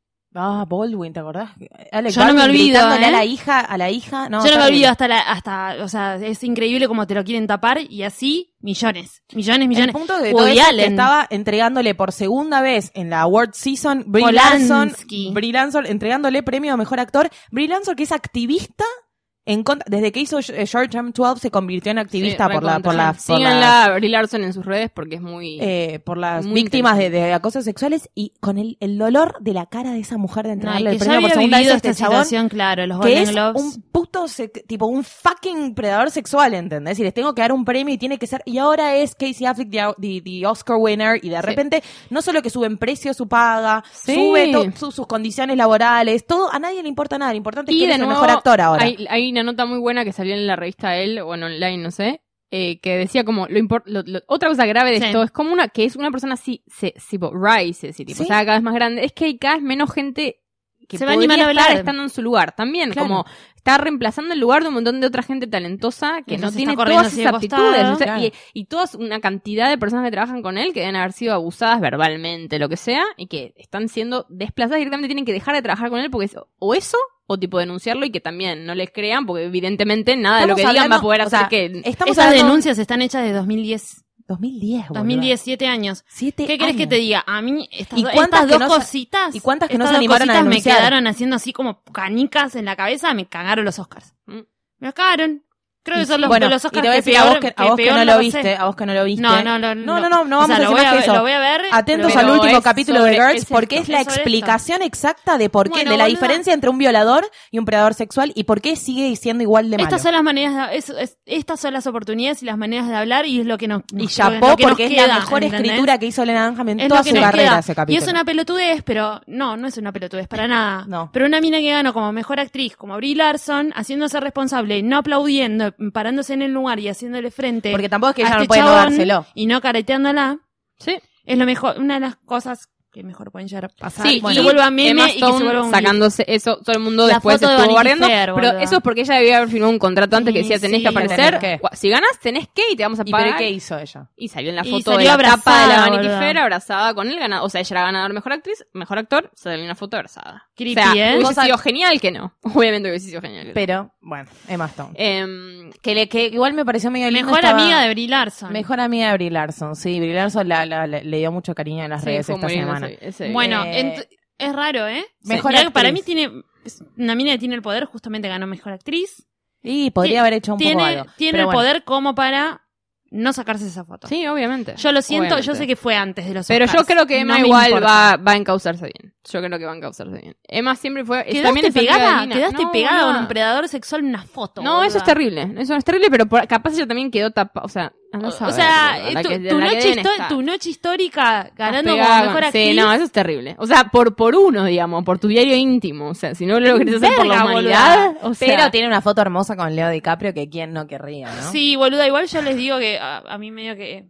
Ah, Baldwin, ¿te acordás? Alec Yo no me Baldwin olvido, gritándole ¿eh? a la hija, no, Yo no me terrible. olvido hasta, o sea, es increíble como te lo quieren tapar y así millones. El punto de todo Woody eso es que Allen. estaba entregándole por segunda vez en la award season Brie Polanski. Larson entregándole premio a mejor actor. Brie Larson, que es activista en contra, desde que hizo Short-Term 12 se convirtió en activista Sí, por las síganla a Brie Larson en sus redes porque es muy por las muy víctimas interesante. de acosos sexuales, y con el dolor de la cara de esa mujer de No, entregarle y el que ya premio por había segunda vez vivido a este esta chabón, situación, claro, los que Golden es Globes. un puto tipo un fucking predador sexual, ¿entendés? Y les tengo que dar un premio y tiene que ser, y ahora es Casey Affleck the Oscar winner, y de repente no solo que suben precio su paga, Sí. sube sus condiciones laborales, todo, a nadie le importa nada, lo importante es Y que de él es el nuevo, mejor actor ahora. hay una nota muy buena que salió en la revista Elle o en online, no sé, que decía como otra cosa grave de Sí. esto es como que es una persona así, tipo rises y tipo Sí. se haga cada vez más grande, es que hay cada vez menos gente que Se va a animar podría a estar hablar. estando en su lugar también, Claro. como está reemplazando el lugar de un montón de otra gente talentosa que no Entonces tiene está corriendo todas así esas de costado. aptitudes, o sea, Claro. y toda una cantidad de personas que trabajan con él que deben haber sido abusadas verbalmente, lo que sea, y que están siendo desplazadas directamente, tienen que dejar de trabajar con él porque es o eso o tipo denunciarlo, y que también no les crean porque evidentemente nada de lo que Estamos digan va a hablando- poder o hacer sea, que estamos Esas hablando- denuncias están hechas de 2010. 2010, boluda. 2010, 7 años. 7 ¿Qué querés que años. te diga? A mí estas, ¿Y cuántas estas que dos no se- cositas. y cuántas que no estas se dos animaron a cositas me denunciar? quedaron haciendo así como canicas en la cabeza, me cagaron los Oscars. Mm. Me los cagaron. Creo que son los, Bueno, de los y Oscars te voy a que decir peor, a vos que peor no la lo pasé. viste, a vos que no lo viste. No, no vamos O a sea, decir lo voy más a que ver, eso. lo voy a ver. Atentos pero al último es capítulo de sobre- Girls, es porque esto, es la es sobre explicación exacta de por qué, Bueno, de la boluda. diferencia entre un violador y un predador sexual, y por qué sigue siendo igual de malo. Estas son las maneras, estas son las oportunidades y las maneras de hablar, y es lo que nos Y lo chapó que nos porque es queda, la mejor ¿entendés? escritura que hizo Lena Dunham en Es toda lo que su nos carrera queda. ese Y capítulo. es una pelotudez, pero no es una pelotudez para nada. No. Pero una mina que ganó como mejor actriz, como Brie Larson, haciéndose responsable, no aplaudiendo, parándose en el lugar y haciéndole frente. Porque tampoco es que a ella no este puede no chabón dárselo. y no careteándola, Sí. es lo mejor, una de las cosas que mejor pueden llegar a pasar. Sí, y que y se vuelva meme Emma y que se Stone vuelva un sacándose eso, todo el mundo La después foto de estuvo Vanity barriendo, Fair, pero boluda. eso es porque ella debía haber firmado un contrato antes que decía tenés Sí, que aparecer, tenés que. si ganas tenés que y te vamos a ¿Y pero pagar. qué hizo ella? Y salió en la Y foto de salió la tapa de la abrazada, Vanity boluda. Fair abrazada con el ganador, o sea, ella era ganador mejor actriz, mejor actor, salió en una foto abrazada. Creepy, o sea, ¿eh? hubiese Cosa- sido genial que no, obviamente hubiese sido genial. Pero, bueno, Emma Stone. Em, Que igual me pareció medio lindo. mejor estaba- amiga de Brie Larson. Mejor amiga de Brie Larson, sí. Brie Larson le dio mucho cariño en las sí, redes fue esta muy lindo semana. ese- Bueno, Eh, es raro, ¿eh? mejor Mirá que para mí actriz. es una mina que tiene el poder, justamente ganó mejor actriz. Y podría haber hecho un poco Tiene algo. el pero bueno. poder como para no sacarse esa foto. Sí, obviamente. Yo lo siento, Obviamente. yo sé que fue antes de los Pero yo Oscars. creo que Emma No me igual importa. va a encauzarse bien. Yo creo que va a encauzarse bien. Emma siempre fue... también ¿Quedaste es amiga de pegada? Lina. ¿Quedaste No, pegada con boluda. un predador sexual en una foto? No, eso es boluda? terrible. Eso es terrible, pero capaz ella también quedó tapada. O sea, andá a O saber, sea, boluda, la tu, que- tu la que noche deben estar. tu noche histórica ganando Pegada como mejor con- actriz. Sí, no, eso es terrible. O sea, por uno, digamos, por tu diario íntimo. O sea, si no lo querés hacer por la Verga, humanidad. boluda. O sea, Pero tiene una foto hermosa con Leo DiCaprio que quién no querría, ¿no? Sí, boluda, igual yo les digo que a mí medio que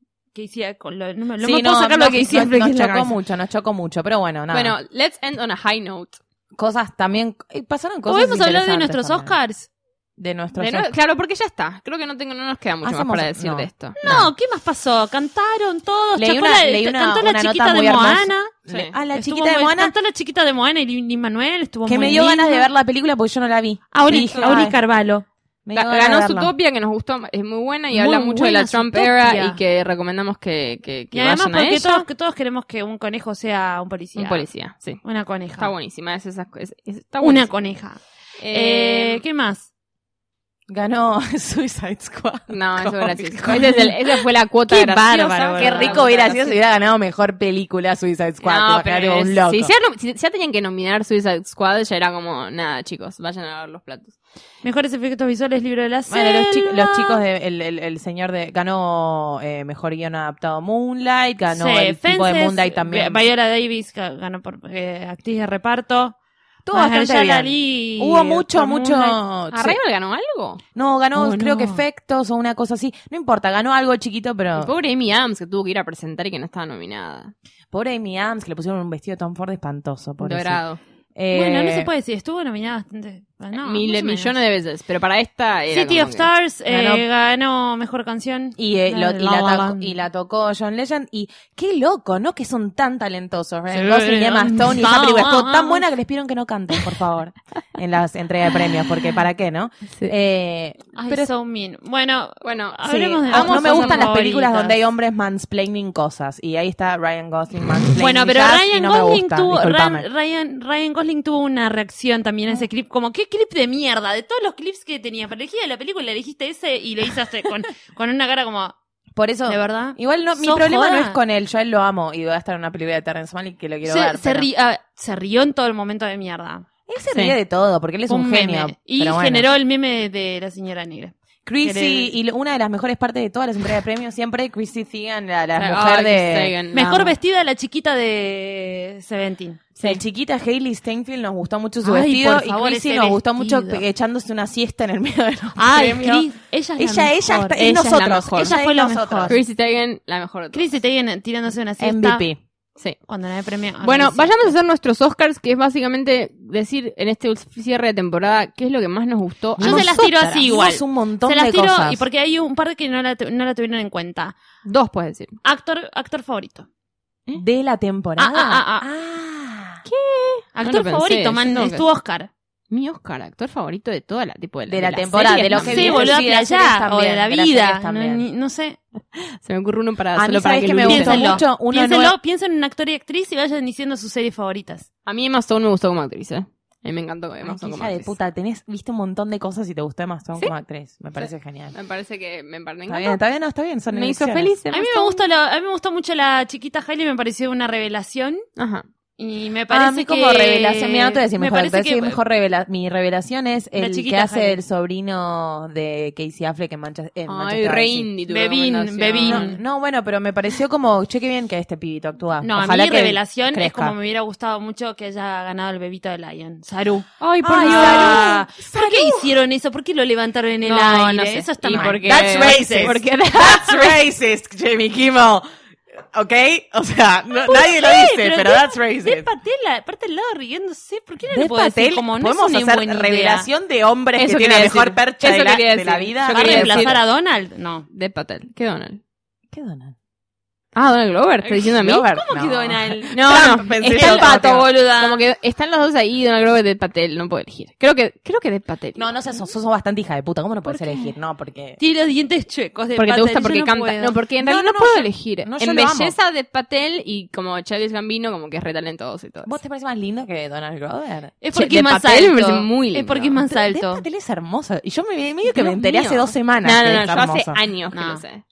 hicía con lo, no me, no Sí, me puedo sacar lo que nos- hicía nos chocó mucho, pero bueno, nada. Bueno, let's end on a high note. Cosas también, pasaron cosas ¿podemos hablar de interesantes nuestros también. Oscars? De nuestros De nuevo, Oscars. claro, porque ya está. Creo que no nos queda mucho Hacemos- más para decir no. de esto. No, ¿qué más pasó? Cantaron todos. Leí Chocó una- leí cantó una la nota chiquita de muy hermosa. Moana. Sí. La Estuvo chiquita de muy- Moana, Cantó la chiquita de Moana y Lin Manuel. Estuvo que muy me dio ganas de linda. ver la película porque yo no la vi. Auri, Y dije, Auri ay, Carvalho. me dio ganas de Ganó verla. Zootopia, que nos gustó, es muy buena y Muy habla mucho de la buena Trump Zootopia. era y que recomendamos que Y además vayan a porque ella. todos queremos que un conejo sea un policía. Un policía, sí. Una coneja. Está buenísima, está Una buenísima. coneja. Eh, ¿Qué más? Ganó Suicide Squad. No, eso es Comic gracioso. Con. Esa fue la cuota Qué graciosa. bárbaro, Qué rico hubiera sido si hubiera ganado mejor película Suicide Squad. No, Imagínate pero un loco. si ya tenían que nominar Suicide Squad, ya era como, nada, chicos, vayan a ver los platos. Mejores efectos visuales, libro de la Bueno, selva. los chicos de el señor de ganó mejor guión adaptado Moonlight, ganó Sí, el tipo de Fences, Moonlight también. Viola Davis ganó por actriz de reparto. Todo bastante Mahershala bien. Ali Hubo mucho. por Moonlight. ¿Arrival ganó algo? No, ganó Oh, creo no. que efectos o una cosa así. No importa, ganó algo chiquito, pero El pobre Amy Adams que tuvo que ir a presentar y que no estaba nominada. pobre Amy Adams que le pusieron un vestido de Tom Ford espantoso. Dorado. Bueno, no se puede decir, estuvo nominada bastante. No, más o menos. Millones de veces, pero para esta era City como of que- Stars Ganó- ganó mejor canción. Y, la tocó John Legend. Y qué loco, ¿no? Que son tan talentosos. Ryan Sí. Gosling y Emma Stone. Y esa película estuvo tan buena que les pidieron que no canten, por favor. En las entregas de premios. Porque ¿para qué, no? Sí. Ay, pero so mean. Bueno, Bueno, sí, hablemos de no me cosas gustan las películas favoritas. donde hay hombres mansplaining cosas. Y ahí está Ryan Gosling mansplaining Bueno, pero jazz, y Ryan no me Gosling gusta, tuvo discúlpame. Ryan Gosling tuvo una reacción también a ese clip, como qué clip de mierda, de todos los clips que tenía para elegir de la película, elegiste ese y lo hiciste con una cara como Por eso, ¿de verdad? igual no, mi Sos problema no joda. es con él, yo a él lo amo y va a estar en una película de Terrence Malick que lo quiero ver. pero se rió en todo el momento de mierda. Él se Sí. ríe de todo porque él es Fue un meme. genio. Y pero bueno. generó el meme de la señora negra. Chrissy, y una de las mejores partes de todas las entregas de premios siempre, Chrissy Teigen, la Ay, mujer de... Sagan, la Mejor amo. vestida la chiquita de Seventeen. La chiquita Hailey Steinfeld nos gustó mucho su Ay, vestido por favor, y Chrissy ese nos gustó mucho vestido. echándose una siesta en el medio de los Ay, premios. Chris, ella es la Ella mejor. es Ella es la nosotros. mejor. Ella es fue lo nosotros. mejor. Chrissy Teigen, la mejor de todas. Chrissy Teigen tirándose una siesta MVP. Sí. cuando no hay premio. Bueno, sí. vayamos a hacer nuestros Oscars, que es básicamente decir en este cierre de temporada qué es lo que más nos gustó. Yo se las tiro así igual. Hicimos un montón Se las de tiro cosas. y porque hay un par que no la tuvieron en cuenta. Dos puedes decir. Actor favorito. De la temporada. Ah. No Actor lo pensé, favorito, yo man, tengo es que- tu Oscar. Mi Oscar, actor favorito de toda la tipo De la temporada, series de lo también. que Sí, viene. boludo, Sí, de las allá, series o de también, la de las vida. series también. No sé. Se me ocurre uno para A mí, solo para ¿sabes que qué lo me gustó piensen. mucho? Uno nuevo. Piensen en un actor y actriz y vayan diciendo sus series favoritas. A mí Emma Stone me gustó como actriz, A mí me encantó Emma Ay, Stone como hija de actriz. puta, viste un montón de cosas y te gustó Emma Stone ¿Sí? como actriz. Me parece genial. Me parece que me Está encantó. bien, está bien, son Me hizo elecciones. feliz A Emma mí me gustó mucho la chiquita Hailey, me pareció una revelación. Ajá. Y me parece A mí como que... revelación, mira, no te voy a decir me mejor parece actor, sí, que mejor mi revelación es La el que chiquita hace Hailey. el sobrino de Casey Affleck en Manchester. Ay, re indie tu recomendación. Bebín. No, bueno, pero me pareció como, che, qué bien que este pibito actúa. No, Ojalá a mí que revelación es crezca. como me hubiera gustado mucho que haya ganado el bebito de Lion. Saru. Ay, por Ay, Dios. Saru. ¿Por qué hicieron eso? ¿Por qué lo levantaron en el No, aire? no sé. Eso está Y mal. porque- That's racist. Porque That's racist, Jamie Kimmel. ¿Ok? O sea, nadie lo dice, pero that's De racist. Patel, aparte del lado riéndose, ¿por qué no De le puedo decir Patel, como no es podemos una hacer buena idea? revelación de hombres Eso que tienen la quería mejor decir. percha Eso de quería de la decir. vida. Yo ¿Va a quería reemplazar decir- a Donald? No. De Patel. ¿Qué Donald? ¿Qué Donald? Ah, Donald Glover, ¿estás diciendo a mí? Glover. ¿Cómo que No. Donald? No, Trump, pensé está yo, el pato, Trump. boluda. Como que están los dos ahí, Donald Glover y Dev Patel, no puedo elegir. Creo que Dev Patel. No sé, sos bastante hija de puta. ¿Cómo no puedes elegir? No, porque... Tiene los dientes chuecos de Porque te Patel, gusta, yo porque no canta. puedo. No, porque en No, realidad no, no, puedo yo- elegir. no, yo en lo amo. belleza de Patel y como Childish Gambino, como que es re talentoso y todo. ¿Vos te parece más lindo que Donald Glover? Es porque Che, es más de Patel me alto. parece muy lindo. Es porque es más Dev alto. Patel es hermoso. Y yo medio que me Dios enteré mío. hace 2 semanas No, que no, es yo hace hermoso. años que No. lo sé.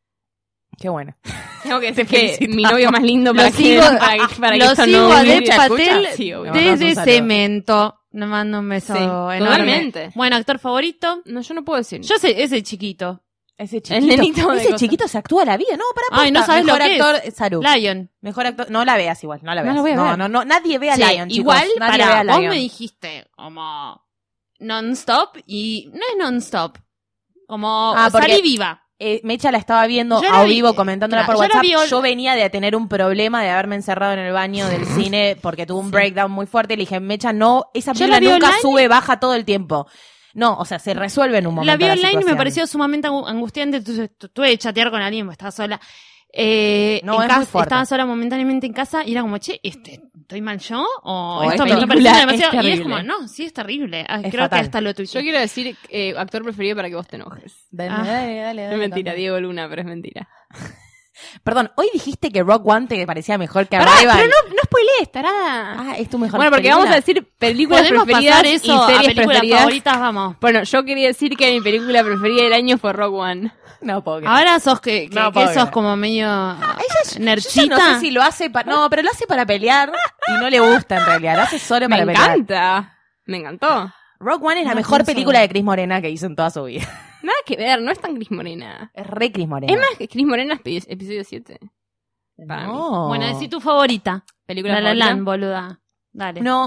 Qué bueno. Tengo que Te decir que felicitamos. mi novio más lindo para Lo que sigo, para que lo esto sigo no a Dev ¿escucha? Patel Sí, obvio. Le mandamos desde un saludo. Cemento. Le mando un beso Sí, enorme. totalmente. Bueno, actor favorito. No, yo no puedo decir. Yo sé, ese chiquito. Ese El chiquito. nenito de ese cosas. chiquito se actúa la vida. No, para Ay, no sabes Mejor lo que actor, es. Saru. Lion. Mejor actor. No la veas igual, no la veas. No la voy a ver. No, nadie ve a Che, Lion, chicos. igual, Nadie ve para a vos Lion. me dijiste como non-stop y no es non-stop. Como porque- salí viva. Mecha la estaba viendo Yo la a vi, vivo, comentándola claro, por yo la WhatsApp. vi Yo venía de tener un problema de haberme encerrado en el baño del cine porque tuve un breakdown muy fuerte. Y le dije, Mecha, no, esa Yo película la vi nunca online. sube, baja todo el tiempo. No, o sea, se resuelve en un momento. La vi online y me situación. pareció sumamente angustiante. Entonces tuve que chatear con alguien, porque estaba sola. No, en es muy casa, fuerte. estaba sola momentáneamente en casa y era como, che, ¿estoy mal yo? ¿O O esto esta me está película pareciendo es demasiado? Y es terrible. como, no, sí, es terrible. Ah, Es creo fatal. que hasta lo tuyo. Yo quiero decir actor preferido para que vos te enojes. Dale. Es mentira, Diego Luna, pero es mentira. Perdón, hoy dijiste que Rock One te parecía mejor que Pará, Arrival. pero no spoilees, tarada. Ah, es tu mejor Bueno, porque película. vamos a decir películas ¿Podemos preferidas pasar y eso a series películas preferidas. favoritas? Vamos. Bueno, yo quería decir que mi película preferida del año fue Rogue One. No puedo creer. Ahora sos que No, que pobre. sos como medio Yo nerchita. no sé si lo hace no, pero lo hace para pelear y no le gusta en realidad. Lo hace solo Me para pelear. encanta. Me encantó. Rogue One es la No mejor pienso. película de Cris Morena que hizo en toda su vida. Nada que ver, no es tan Cris Morena. Es re Cris Morena. Es más que Cris Morena es episodio 7. Para mí. no. Bueno, decí tu favorita. Película La La favorita. Land, boluda. Dale. No,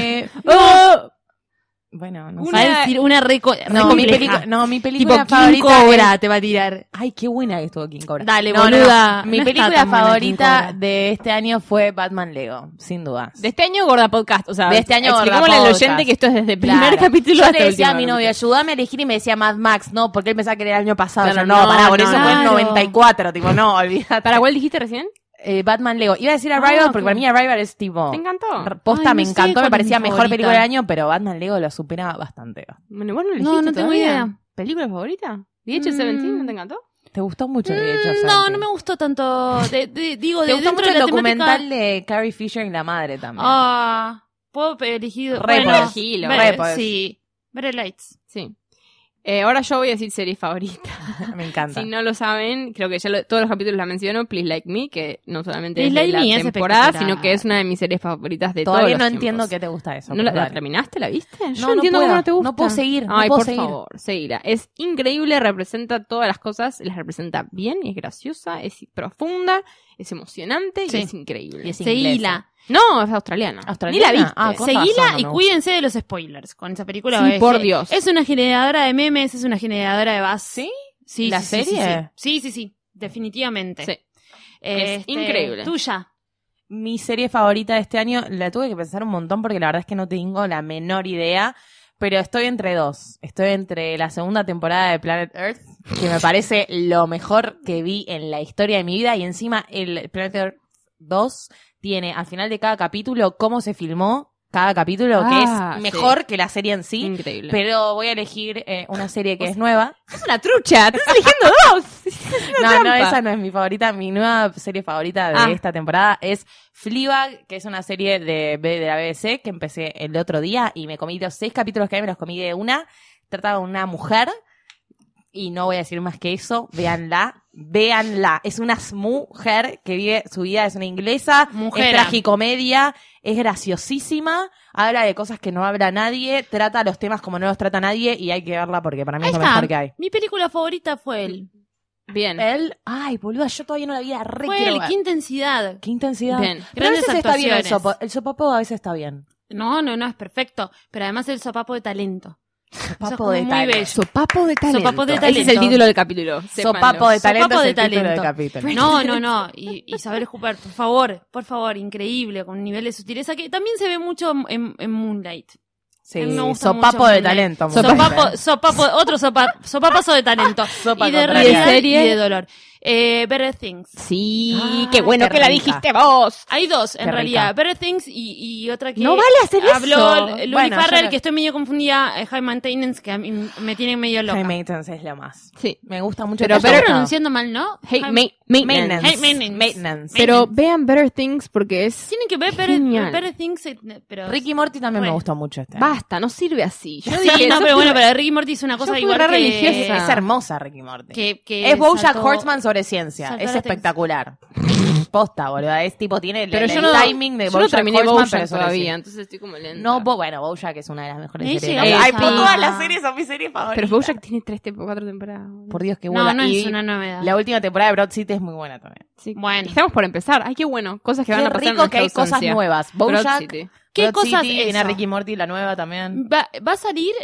¡Oh! bueno, no Va a decir una No, mi compleja. película Tipo King favorita Cobra te va a tirar. Ay, qué buena que estuvo King Cobra. Dale, No, boluda. Mi No está película tan buena King favorita Cobra. de este año fue Batman Lego, sin duda. De este año, Gorda Podcast. O sea, De este año, Gorda explicámosle al Podcast. oyente que esto es desde el Claro. primer capítulo Yo hasta le el decía a último mi novio, capítulo. ayúdame a elegir y me decía Mad Max. No, porque él pensaba que era el año pasado. Claro, Yo, no, pará, por no, eso fue en claro. 94. Tipo, no, olvídate. ¿Para cuál dijiste recién? Batman Lego. Iba a decir Arrival porque para mí Arrival es tipo... ¿Te encantó? Posta, Ay, me no sé encantó, cuál me es parecía mi mejor favorita. película del año, pero Batman Lego lo supera bastante. Bueno, vos no lo No, dijiste no tengo todavía. idea. ¿Película favorita? ¿DH17 no te encantó? ¿Te gustó mucho de hecho? No, no me gustó tanto. Digo, ¿Te de gustó dentro mucho de el la documental temática. de Carrie Fisher y la madre también? Puedo elegir. Re bueno, podés. Re podés. sí. Better Lights. Sí. Ahora yo voy a decir serie favorita. Me encanta. Si no lo saben, creo que ya todos los capítulos la menciono, Please Like Me, que no solamente Please es de Like Me la es temporada, espectacular. sino que es una de mis series favoritas de Todavía todos no los entiendo tiempos. qué te gusta eso. ¿No la pero dale. terminaste? ¿La viste? Yo No, no entiendo puedo. cómo no te gusta. No puedo seguir, no Ay, puedo por seguir. favor, seguila. Es increíble, representa todas las cosas, las representa bien, es graciosa, es profunda, es emocionante Sí. y es increíble. Y es Seguila. No, es australiana. ¿Australiana? Ni la viste. Ah, con Seguila razón, no y me gusta. cuídense de los spoilers con esa película. Sí, Es por que Dios. Es una generadora de memes, es una generadora de buzz. ¿Sí? Sí, ¿La sí, sí, serie? Sí, definitivamente. Sí. Es increíble. Tuya. Mi serie favorita de este año, la tuve que pensar un montón porque la verdad es que no tengo la menor idea, pero estoy entre dos. Estoy entre la segunda temporada de Planet Earth, que me parece lo mejor que vi en la historia de mi vida, y encima el Planet Earth 2 tiene al final de cada capítulo cómo se filmó cada capítulo, que Ah, es mejor que la serie en sí. Increíble. Pero voy a elegir una serie que es nueva. es una trucha, te estás eligiendo dos. No, trampa. esa no es mi favorita. Mi nueva serie favorita de esta temporada es Fleabag, que es una serie de la BBC que empecé el otro día y me comí los 6 capítulos que hay, me los comí de una. Trata de una mujer y no voy a decir más que eso. Véanla. Es una mujer que vive su vida, es una inglesa, Mujera. es tragicomedia, es graciosísima, habla de cosas que no habla nadie, trata los temas como no los trata nadie y hay que verla porque para mí Ahí es lo está. mejor que hay. Mi película favorita fue él. Bien. Él, ay, boluda, yo todavía no la vi, re Fue quiero él. ver. Qué intensidad. Qué intensidad. Bien. Pero a Grandes veces está bien el actuaciones. sopo. El sopapo a veces está bien. No, es perfecto. Pero además el sopapo de talento. Sopapo como de muy talento. bello. Sopapo de talento. Sopapo de Ese es el talento. título del capítulo. sépanlo. Sopapo de talento Sopapo es de el título del talento. capítulo. No. Y Isabel Huppert, por favor, increíble, con un nivel de sutileza que también se ve mucho en Moonlight. Sí, A mí me gusta sopapo mucho de Moonlight. talento. muy Sopapazo de talento. Sopa y de con realidad serie. y de dolor. Better Things. Sí, Ay, qué bueno qué que la rica. dijiste vos. Hay dos, en Qué realidad. rica. Better Things y otra que No vale hacer habló eso. Luli Bueno, Farrell, yo no- que estoy medio confundida, High Maintenance, que a mí me tiene medio loca. High Maintenance es lo más. Sí. Me gusta mucho. Pero Lo estoy Better- pronunciando mal, ¿no? Maintenance. High Maintenance. Maintenance. Pero vean Better Things porque es... Tienen que ver Genial. Better Things, pero... Ricky Morty también me Bueno. gustó mucho este. Basta, no sirve así. Yo Sí, dije, no, sos pero bueno, re- pero Ricky Morty es una cosa fui igual re que... religiosa. Es hermosa Ricky Morty. que Es Bojack saltó- Horseman sobre ciencia. saltó Es la espectacular. Posta, boludo. Es tipo, tiene Pero el yo no, timing de yo no Bojack terminé Horseman, Bojack pero sobre todavía, ciencia. entonces estoy como lenta. No, bueno, Bojack es una de las mejores Ahí series. llegamos Ay, a- por todas las series son mis series favoritas. Pero Bojack tiene 4 temporadas. Por Dios, qué No, buena. no Y es una novedad. la última temporada de Broad City es muy buena también. Sí. Bueno. Estamos por empezar. Ay, qué bueno. Cosas que van Qué a pasar en rico que hay nuestra cosas ausencia. nuevas. Broad Bojack, City. ¿Qué Broad cosas City, viene eso? Ricky Morty, la nueva también. Va a salir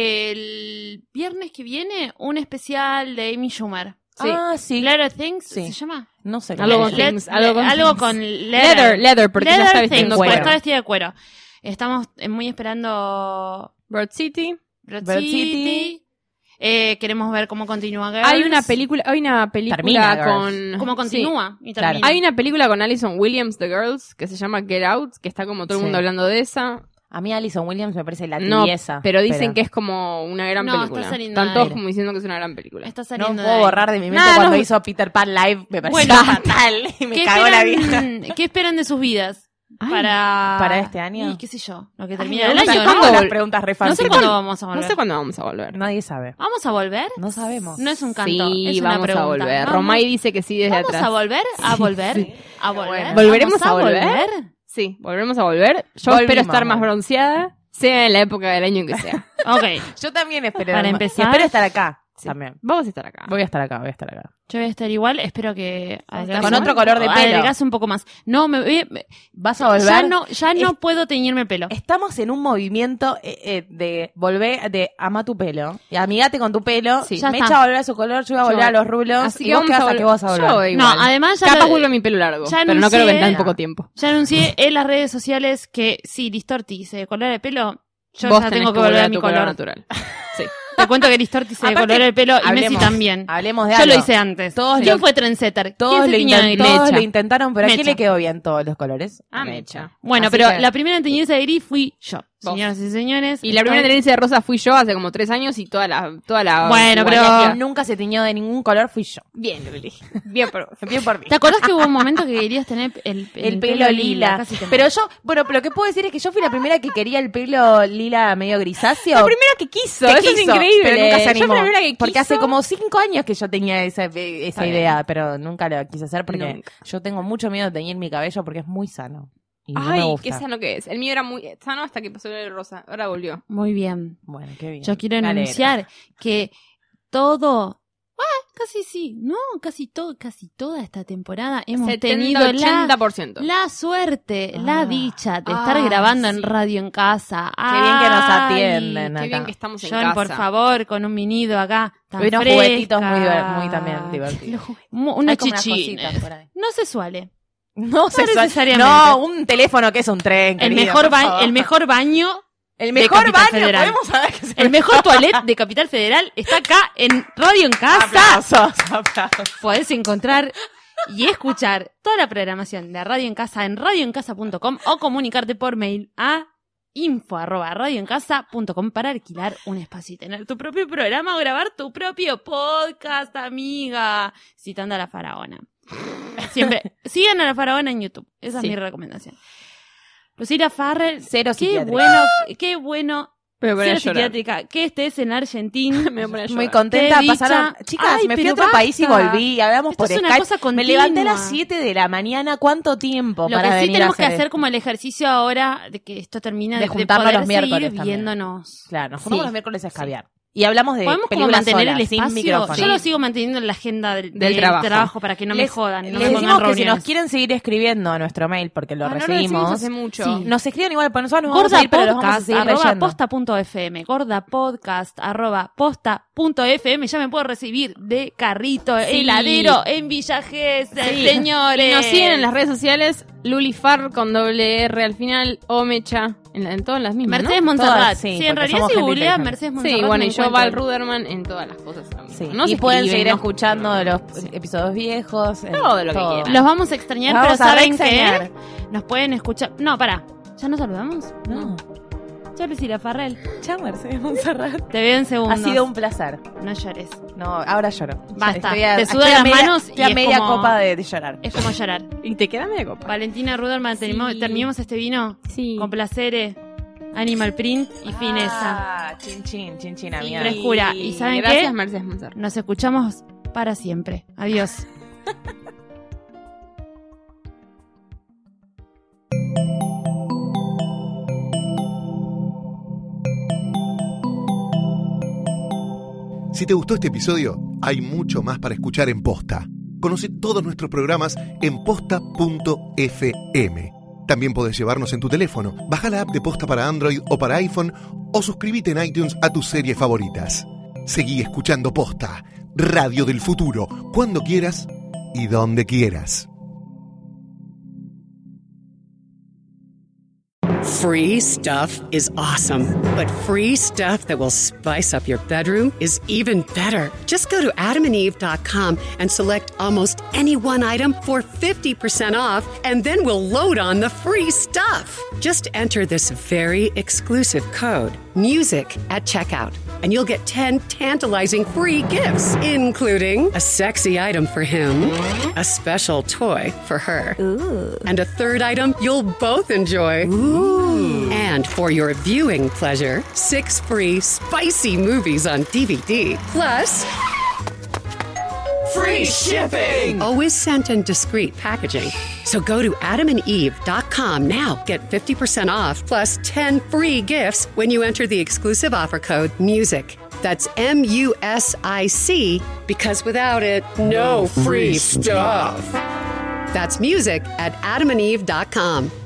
el viernes que viene un especial de Amy Schumer. Sí. Ah, sí. Leather Things, Sí. ¿se llama? No sé. Algo con Let- Things, algo con algo Things. con Leather, porque ya está vestiendo Things, porque cuero. está vestida de cuero. Estamos muy esperando Broad City. Broad Broad City. City. Queremos ver cómo continúa Girls. Hay una película Termina, con... Cómo continúa y termina. Claro. Hay una película con Alison Williams, The Girls, que se llama Get Out, que está como todo el Sí. mundo hablando de esa. A mí Alison Williams me parece la No, tibieza. pero dicen que es como una gran No, película. está saliendo Están de todos ahí. como diciendo que es una gran película. Está No saliendo puedo de ahí. borrar de mi mente Nada, cuando no. hizo Peter Pan Live. Me pareció Bueno. fatal y me cagó la vida. ¿Qué esperan de sus vidas? Ay, para este año. Y qué sé yo, lo que Ay, termina me el gusta año, cuando ¿no? las preguntas re No sé fáciles. cuándo vamos a volver. No sé cuándo vamos a volver. Nadie sabe. ¿Vamos a volver? No sabemos. No es un canto, Sí, es una vamos pregunta. a volver. ¿Vamos? Romay dice que sí desde ¿Vamos atrás. a volver? ¿A volver? Sí. ¿A volver? bueno. ¿Volveremos ¿Vamos a volver? Sí, volveremos a volver. Yo Volvimos, espero estar más bueno. bronceada, sea en la época del año en que sea. Ok, Yo también espero. Para y empezar- espero estar acá. Sí. También. Vamos a estar acá. Voy a estar acá. yo voy a estar igual, espero que Con otro color de pelo. adelgace un poco más. No, ¿Vas a volver? ya no puedo teñirme el pelo. Estamos en un movimiento de volver, de ama tu pelo. Y amigate con tu pelo. Sí. Ya Me está. echa a volver a su color, yo voy a volver a los rulos. Así y que vos vamos qué a vas a volver. que vas a volver. Yo No, igual. además ya Capaz lo- vuelvo a mi pelo largo, ya pero no creo que en tan anuncié- poco tiempo. Ya anuncié en las redes sociales que sí, Listorti se decolora el pelo. Yo Vos ya tenés tengo que volver a mi tu color. natural. Sí. Te cuento que Listorti se Aparte, decolora el pelo y Messi hablemos- también. Hablemos de Yo algo. lo hice antes. Todos ¿Quién lo- fue trendsetter? Todos, ¿Quién se lo, tiñó de todos gris? lo intentaron, pero ¿a quién Mecha. le quedó bien todos los colores? Ah, Mecha. Bueno, Así pero que- la primera en teñirse de gris fui yo. Vos. Señoras y señores. Y la primera tendencia de rosa fui yo hace como 3 años y toda la Bueno, pero- guardia- Quien nunca se tiñó de ningún color fui yo. Bien, Luli. Bien por vos. Bien por mí. ¿Te acordás que hubo un momento que querías tener el pelo lila. Casi te Pero yo, bueno, pero lo que puedo decir es que yo fui la primera que quería el pelo lila medio grisáceo. La primera que quiso, Que eso quiso, es increíble. pero nunca se animó. Yo fui la primera que porque quiso. hace como 5 años que yo tenía esa bien. idea, pero nunca lo quise hacer porque Nunca. yo tengo mucho miedo de teñir mi cabello porque es muy sano. Y no me Ay, gusta. qué sano que es. El mío era muy sano hasta que pasó el rosa. Ahora volvió. Muy bien. Bueno, qué bien. Yo quiero Me alegra. anunciar que todo... casi toda esta temporada hemos 70, tenido 80%. la suerte, la Ah. dicha de estar grabando en Radio en Casa. Qué bien que nos Ay, atienden Qué acá. bien que estamos en John, casa. por favor, con un minido acá. Tan Unos fresca. juguetitos muy también divertidos. Unos Hay como unas chichines. cositas por ahí. No sexuales. No necesariamente. No, un teléfono que es un tren, El querido, mejor, por favor. el mejor baño, El de mejor Capital baño, Federal. podemos saber que se el mejor toilet de Capital Federal está acá en Radio en Casa. aplausos. Podés encontrar y escuchar toda la programación de Radio en Casa en radioencasa.com o comunicarte por mail a info@radioencasa.com para alquilar un espacio y tener tu propio programa o grabar tu propio podcast, amiga. Citando a la faraona. Siempre sigan a la faraona en YouTube. Esa Sí. es mi recomendación. Lucila Farrell, Cero qué psiquiátrica. bueno. Me voy a Cero llorar. psiquiátrica, que estés en Argentina. Me voy a Muy llorar. contenta. Qué Pasaron, dicha. chicas, Ay, me fui a pero otro país y basta. volví. Hablamos Esto por es una Skype. cosa Me continua. levanté a las 7 de la mañana. ¿Cuánto tiempo Lo para que sí venir a tenemos que hacer hacer esto? como el ejercicio ahora de que esto termina De de juntarnos poder los miércoles seguir también. viéndonos. Claro, nos juntamos Sí. los miércoles a escabiar. Y hablamos de Podemos como películas mantener solas, el sin espacio. micrófono. Yo lo sigo manteniendo en la agenda del trabajo. para que no me jodan. y no les me decimos pongan que si reuniones. nos quieren seguir escribiendo a nuestro mail, porque lo Ah, no lo recibimos, decimos hace mucho. Sí. nos escriben igual, porque nosotros nos vamos a Gorda ir, pero los vamos a podcast seguir arroba leyendo. posta.fm, gorda podcast arroba posta.fm, ya me puedo recibir de carrito, Sí. heladero en Villa Gesell, Sí. señores. Y nos siguen en las redes sociales, Lulifar con doble R al final, o Mecha, en todas las mismas, Mercedes ¿no? Montserrat. Todas, Sí, sí, en porque realidad somos si gente googleas inteligente. Mercedes Montserrat. Sí, bueno, me y yo encuentro. Val Ruderman en todas las cosas. Sí. No y se pueden escriben, seguir no- escuchando los episodios viejos. Todo lo que quieran. Los vamos a extrañar, Los pero vamos a ¿saben reextrañar. qué? Nos pueden escuchar. No, pará. ¿Ya nos saludamos? No. Yo Lucila Farrell. Chao, Mercedes Montserrat. Te veo en Ha segundos. sido un placer. No llores. No, ahora lloro. Basta. Estoy Te estoy sudan las media- manos estoy a y es media como- copa de llorar. Es como llorar. Y te queda media copa. Valentina Ruderman, Sí. terminemos este vino Sí. con placer, Animal Print y fineza. Ah, chin chin, Y amiga. frescura. ¿Y saben Gracias, qué? Mercedes Montserrat. Nos escuchamos para siempre. Adiós. Si te gustó este episodio, hay mucho más para escuchar en Posta. Conoce todos nuestros programas en posta.fm. También podés llevarnos en tu teléfono. Baja la app de Posta para Android o para iPhone o suscríbete en iTunes a tus series favoritas. Seguí escuchando Posta, Radio del Futuro, cuando quieras y donde quieras. Free stuff is awesome, but free stuff that will spice up your bedroom is even better. Just go to adamandeve.com and select almost any one item for 50% off, and then we'll load on the free stuff. Just enter this very exclusive code, MUSIC, at checkout, and you'll get 10 tantalizing free gifts, including a sexy item for him, a special toy for her, and a third item you'll both enjoy. And for your viewing pleasure, 6 free spicy movies on DVD, plus free shipping! Always sent in discreet packaging. So go to adamandeve.com now. Get 50% off plus 10 free gifts when you enter the exclusive offer code MUSIC. That's MUSIC, because without it, no free stuff. That's MUSIC at adamandeve.com.